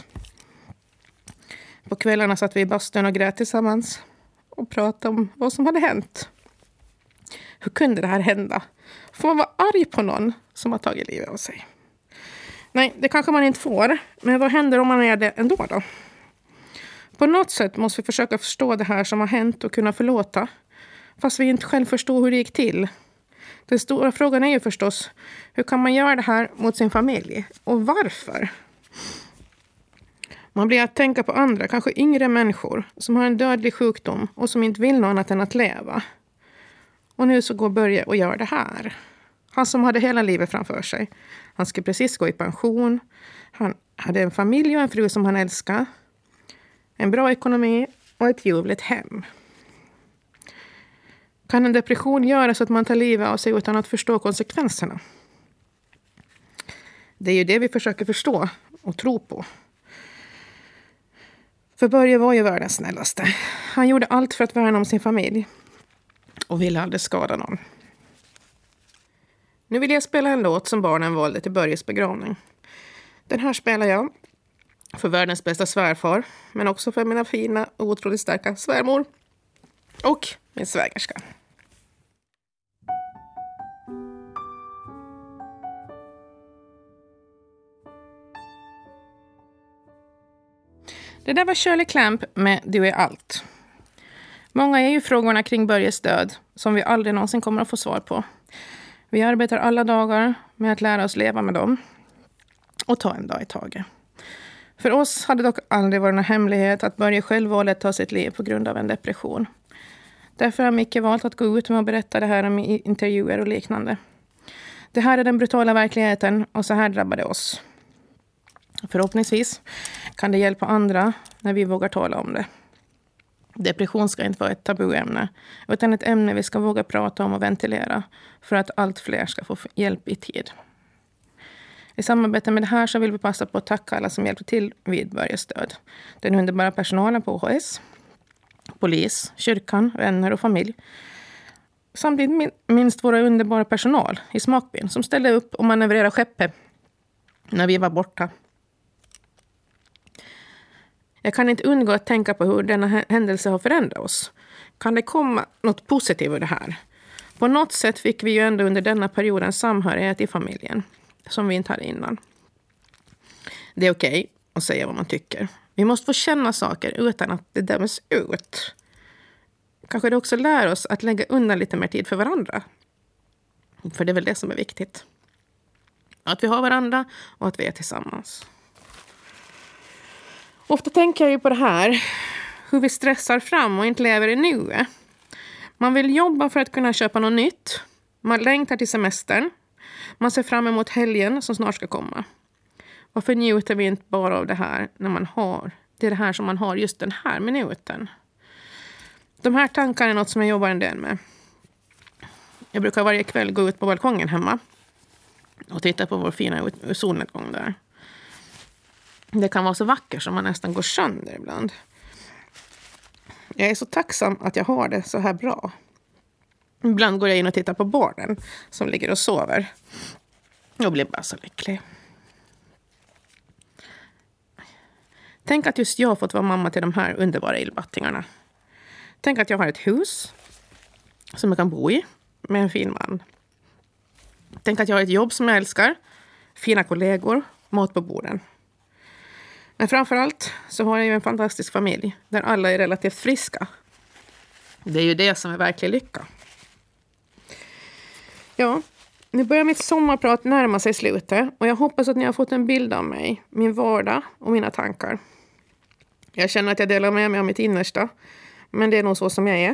På kvällarna satt vi i bastun och grät tillsammans och pratade om vad som hade hänt. Hur kunde det här hända? Får man vara arg på någon som har tagit livet av sig? Nej, det kanske man inte får. Men vad händer om man är det ändå då? På något sätt måste vi försöka förstå det här som har hänt och kunna förlåta. Fast vi inte själv förstår hur det gick till. Den stora frågan är ju förstås, hur kan man göra det här mot sin familj? Och varför? Man blir att tänka på andra, kanske yngre människor som har en dödlig sjukdom och som inte vill något annat än att leva. Och nu så går Börje och gör det här. Han som hade hela livet framför sig. Han skulle precis gå i pension. Han hade en familj och en fru som han älskade. En bra ekonomi och ett ljuvligt hem. Kan en depression göra så att man tar livet av sig utan att förstå konsekvenserna? Det är ju det vi försöker förstå och tro på. För Börje var ju världens snällaste. Han gjorde allt för att värna om sin familj. Och ville aldrig skada någon. Nu vill jag spela en låt som barnen valde till Börjes begravning. Den här spelar jag för världens bästa svärfar. Men också för mina fina och otroligt starka svärmor. Och min svägerska. Det där var Shirley Clamp med Du är allt. Många är ju frågorna kring Börjes död som vi aldrig någonsin kommer att få svar på. Vi arbetar alla dagar med att lära oss leva med dem och ta en dag i taget. För oss hade dock aldrig varit någon hemlighet att Börje själv valde att ta sitt liv på grund av en depression. Därför har Micke valt att gå ut med att berätta det här om i intervjuer och liknande. Det här är den brutala verkligheten och så här drabbar det oss. Förhoppningsvis kan det hjälpa andra när vi vågar tala om det. Depression ska inte vara ett tabuämne utan ett ämne vi ska våga prata om och ventilera för att allt fler ska få hjälp i tid. I samarbete med det här så vill vi passa på att tacka alla som hjälpte till vid Börjes död. Den underbara personalen på O H S, polis, kyrkan, vänner och familj. Samtidigt minst våra underbara personal i smakbyn som ställde upp och manövrerade skeppet när vi var borta. Jag kan inte undgå att tänka på hur denna händelse har förändrat oss. Kan det komma något positivt ur det här? På något sätt fick vi ju ändå under denna perioden samhörighet i familjen, som vi inte hade innan. Det är okej att säga vad man tycker. Vi måste få känna saker utan att det döms ut. Kanske det också lär oss att lägga undan lite mer tid för varandra. För det är väl det som är viktigt. Att vi har varandra och att vi är tillsammans. Ofta tänker jag ju på det här. Hur vi stressar fram och inte lever i nuet. Man vill jobba för att kunna köpa något nytt. Man längtar till semestern. Man ser fram emot helgen som snart ska komma. Varför njuter vi inte bara av det här när man har det, är det här som man har just den här minuten? De här tankarna är något som jag jobbar en del med. Jag brukar varje kväll gå ut på balkongen hemma och titta på vår fina solnedgång där. Det kan vara så vackert som man nästan går sönder ibland. Jag är så tacksam att jag har det så här bra. Ibland går jag in och tittar på barnen som ligger och sover. Och blir bara så lycklig. Tänk att just jag har fått vara mamma till de här underbara illbattingarna. Tänk att jag har ett hus som jag kan bo i med en fin man. Tänk att jag har ett jobb som jag älskar. Fina kollegor, mat på borden. Men framförallt så har jag ju en fantastisk familj där alla är relativt friska. Det är ju det som är verklig lycka. Ja, nu börjar mitt sommarprat närma sig slutet och jag hoppas att ni har fått en bild av mig, min vardag och mina tankar. Jag känner att jag delar med mig av mitt innersta, men det är nog så som jag är.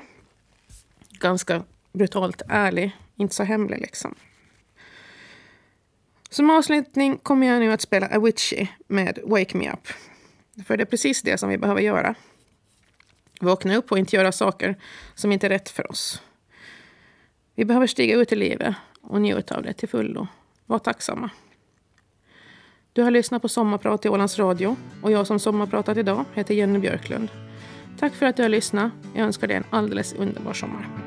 Ganska brutalt ärlig, inte så hemlig liksom. Som avslutning kommer jag nu att spela Avicii med Wake Me Up. För det är precis det som vi behöver göra. Vakna upp och inte göra saker som inte är rätt för oss. Vi behöver stiga ut i livet och njuta av det till fullo. Var tacksamma. Du har lyssnat på Sommarprat i Ålands Radio och jag som sommarpratat idag heter Jenny Björklund. Tack för att du har lyssnat. Jag önskar dig en alldeles underbar sommar.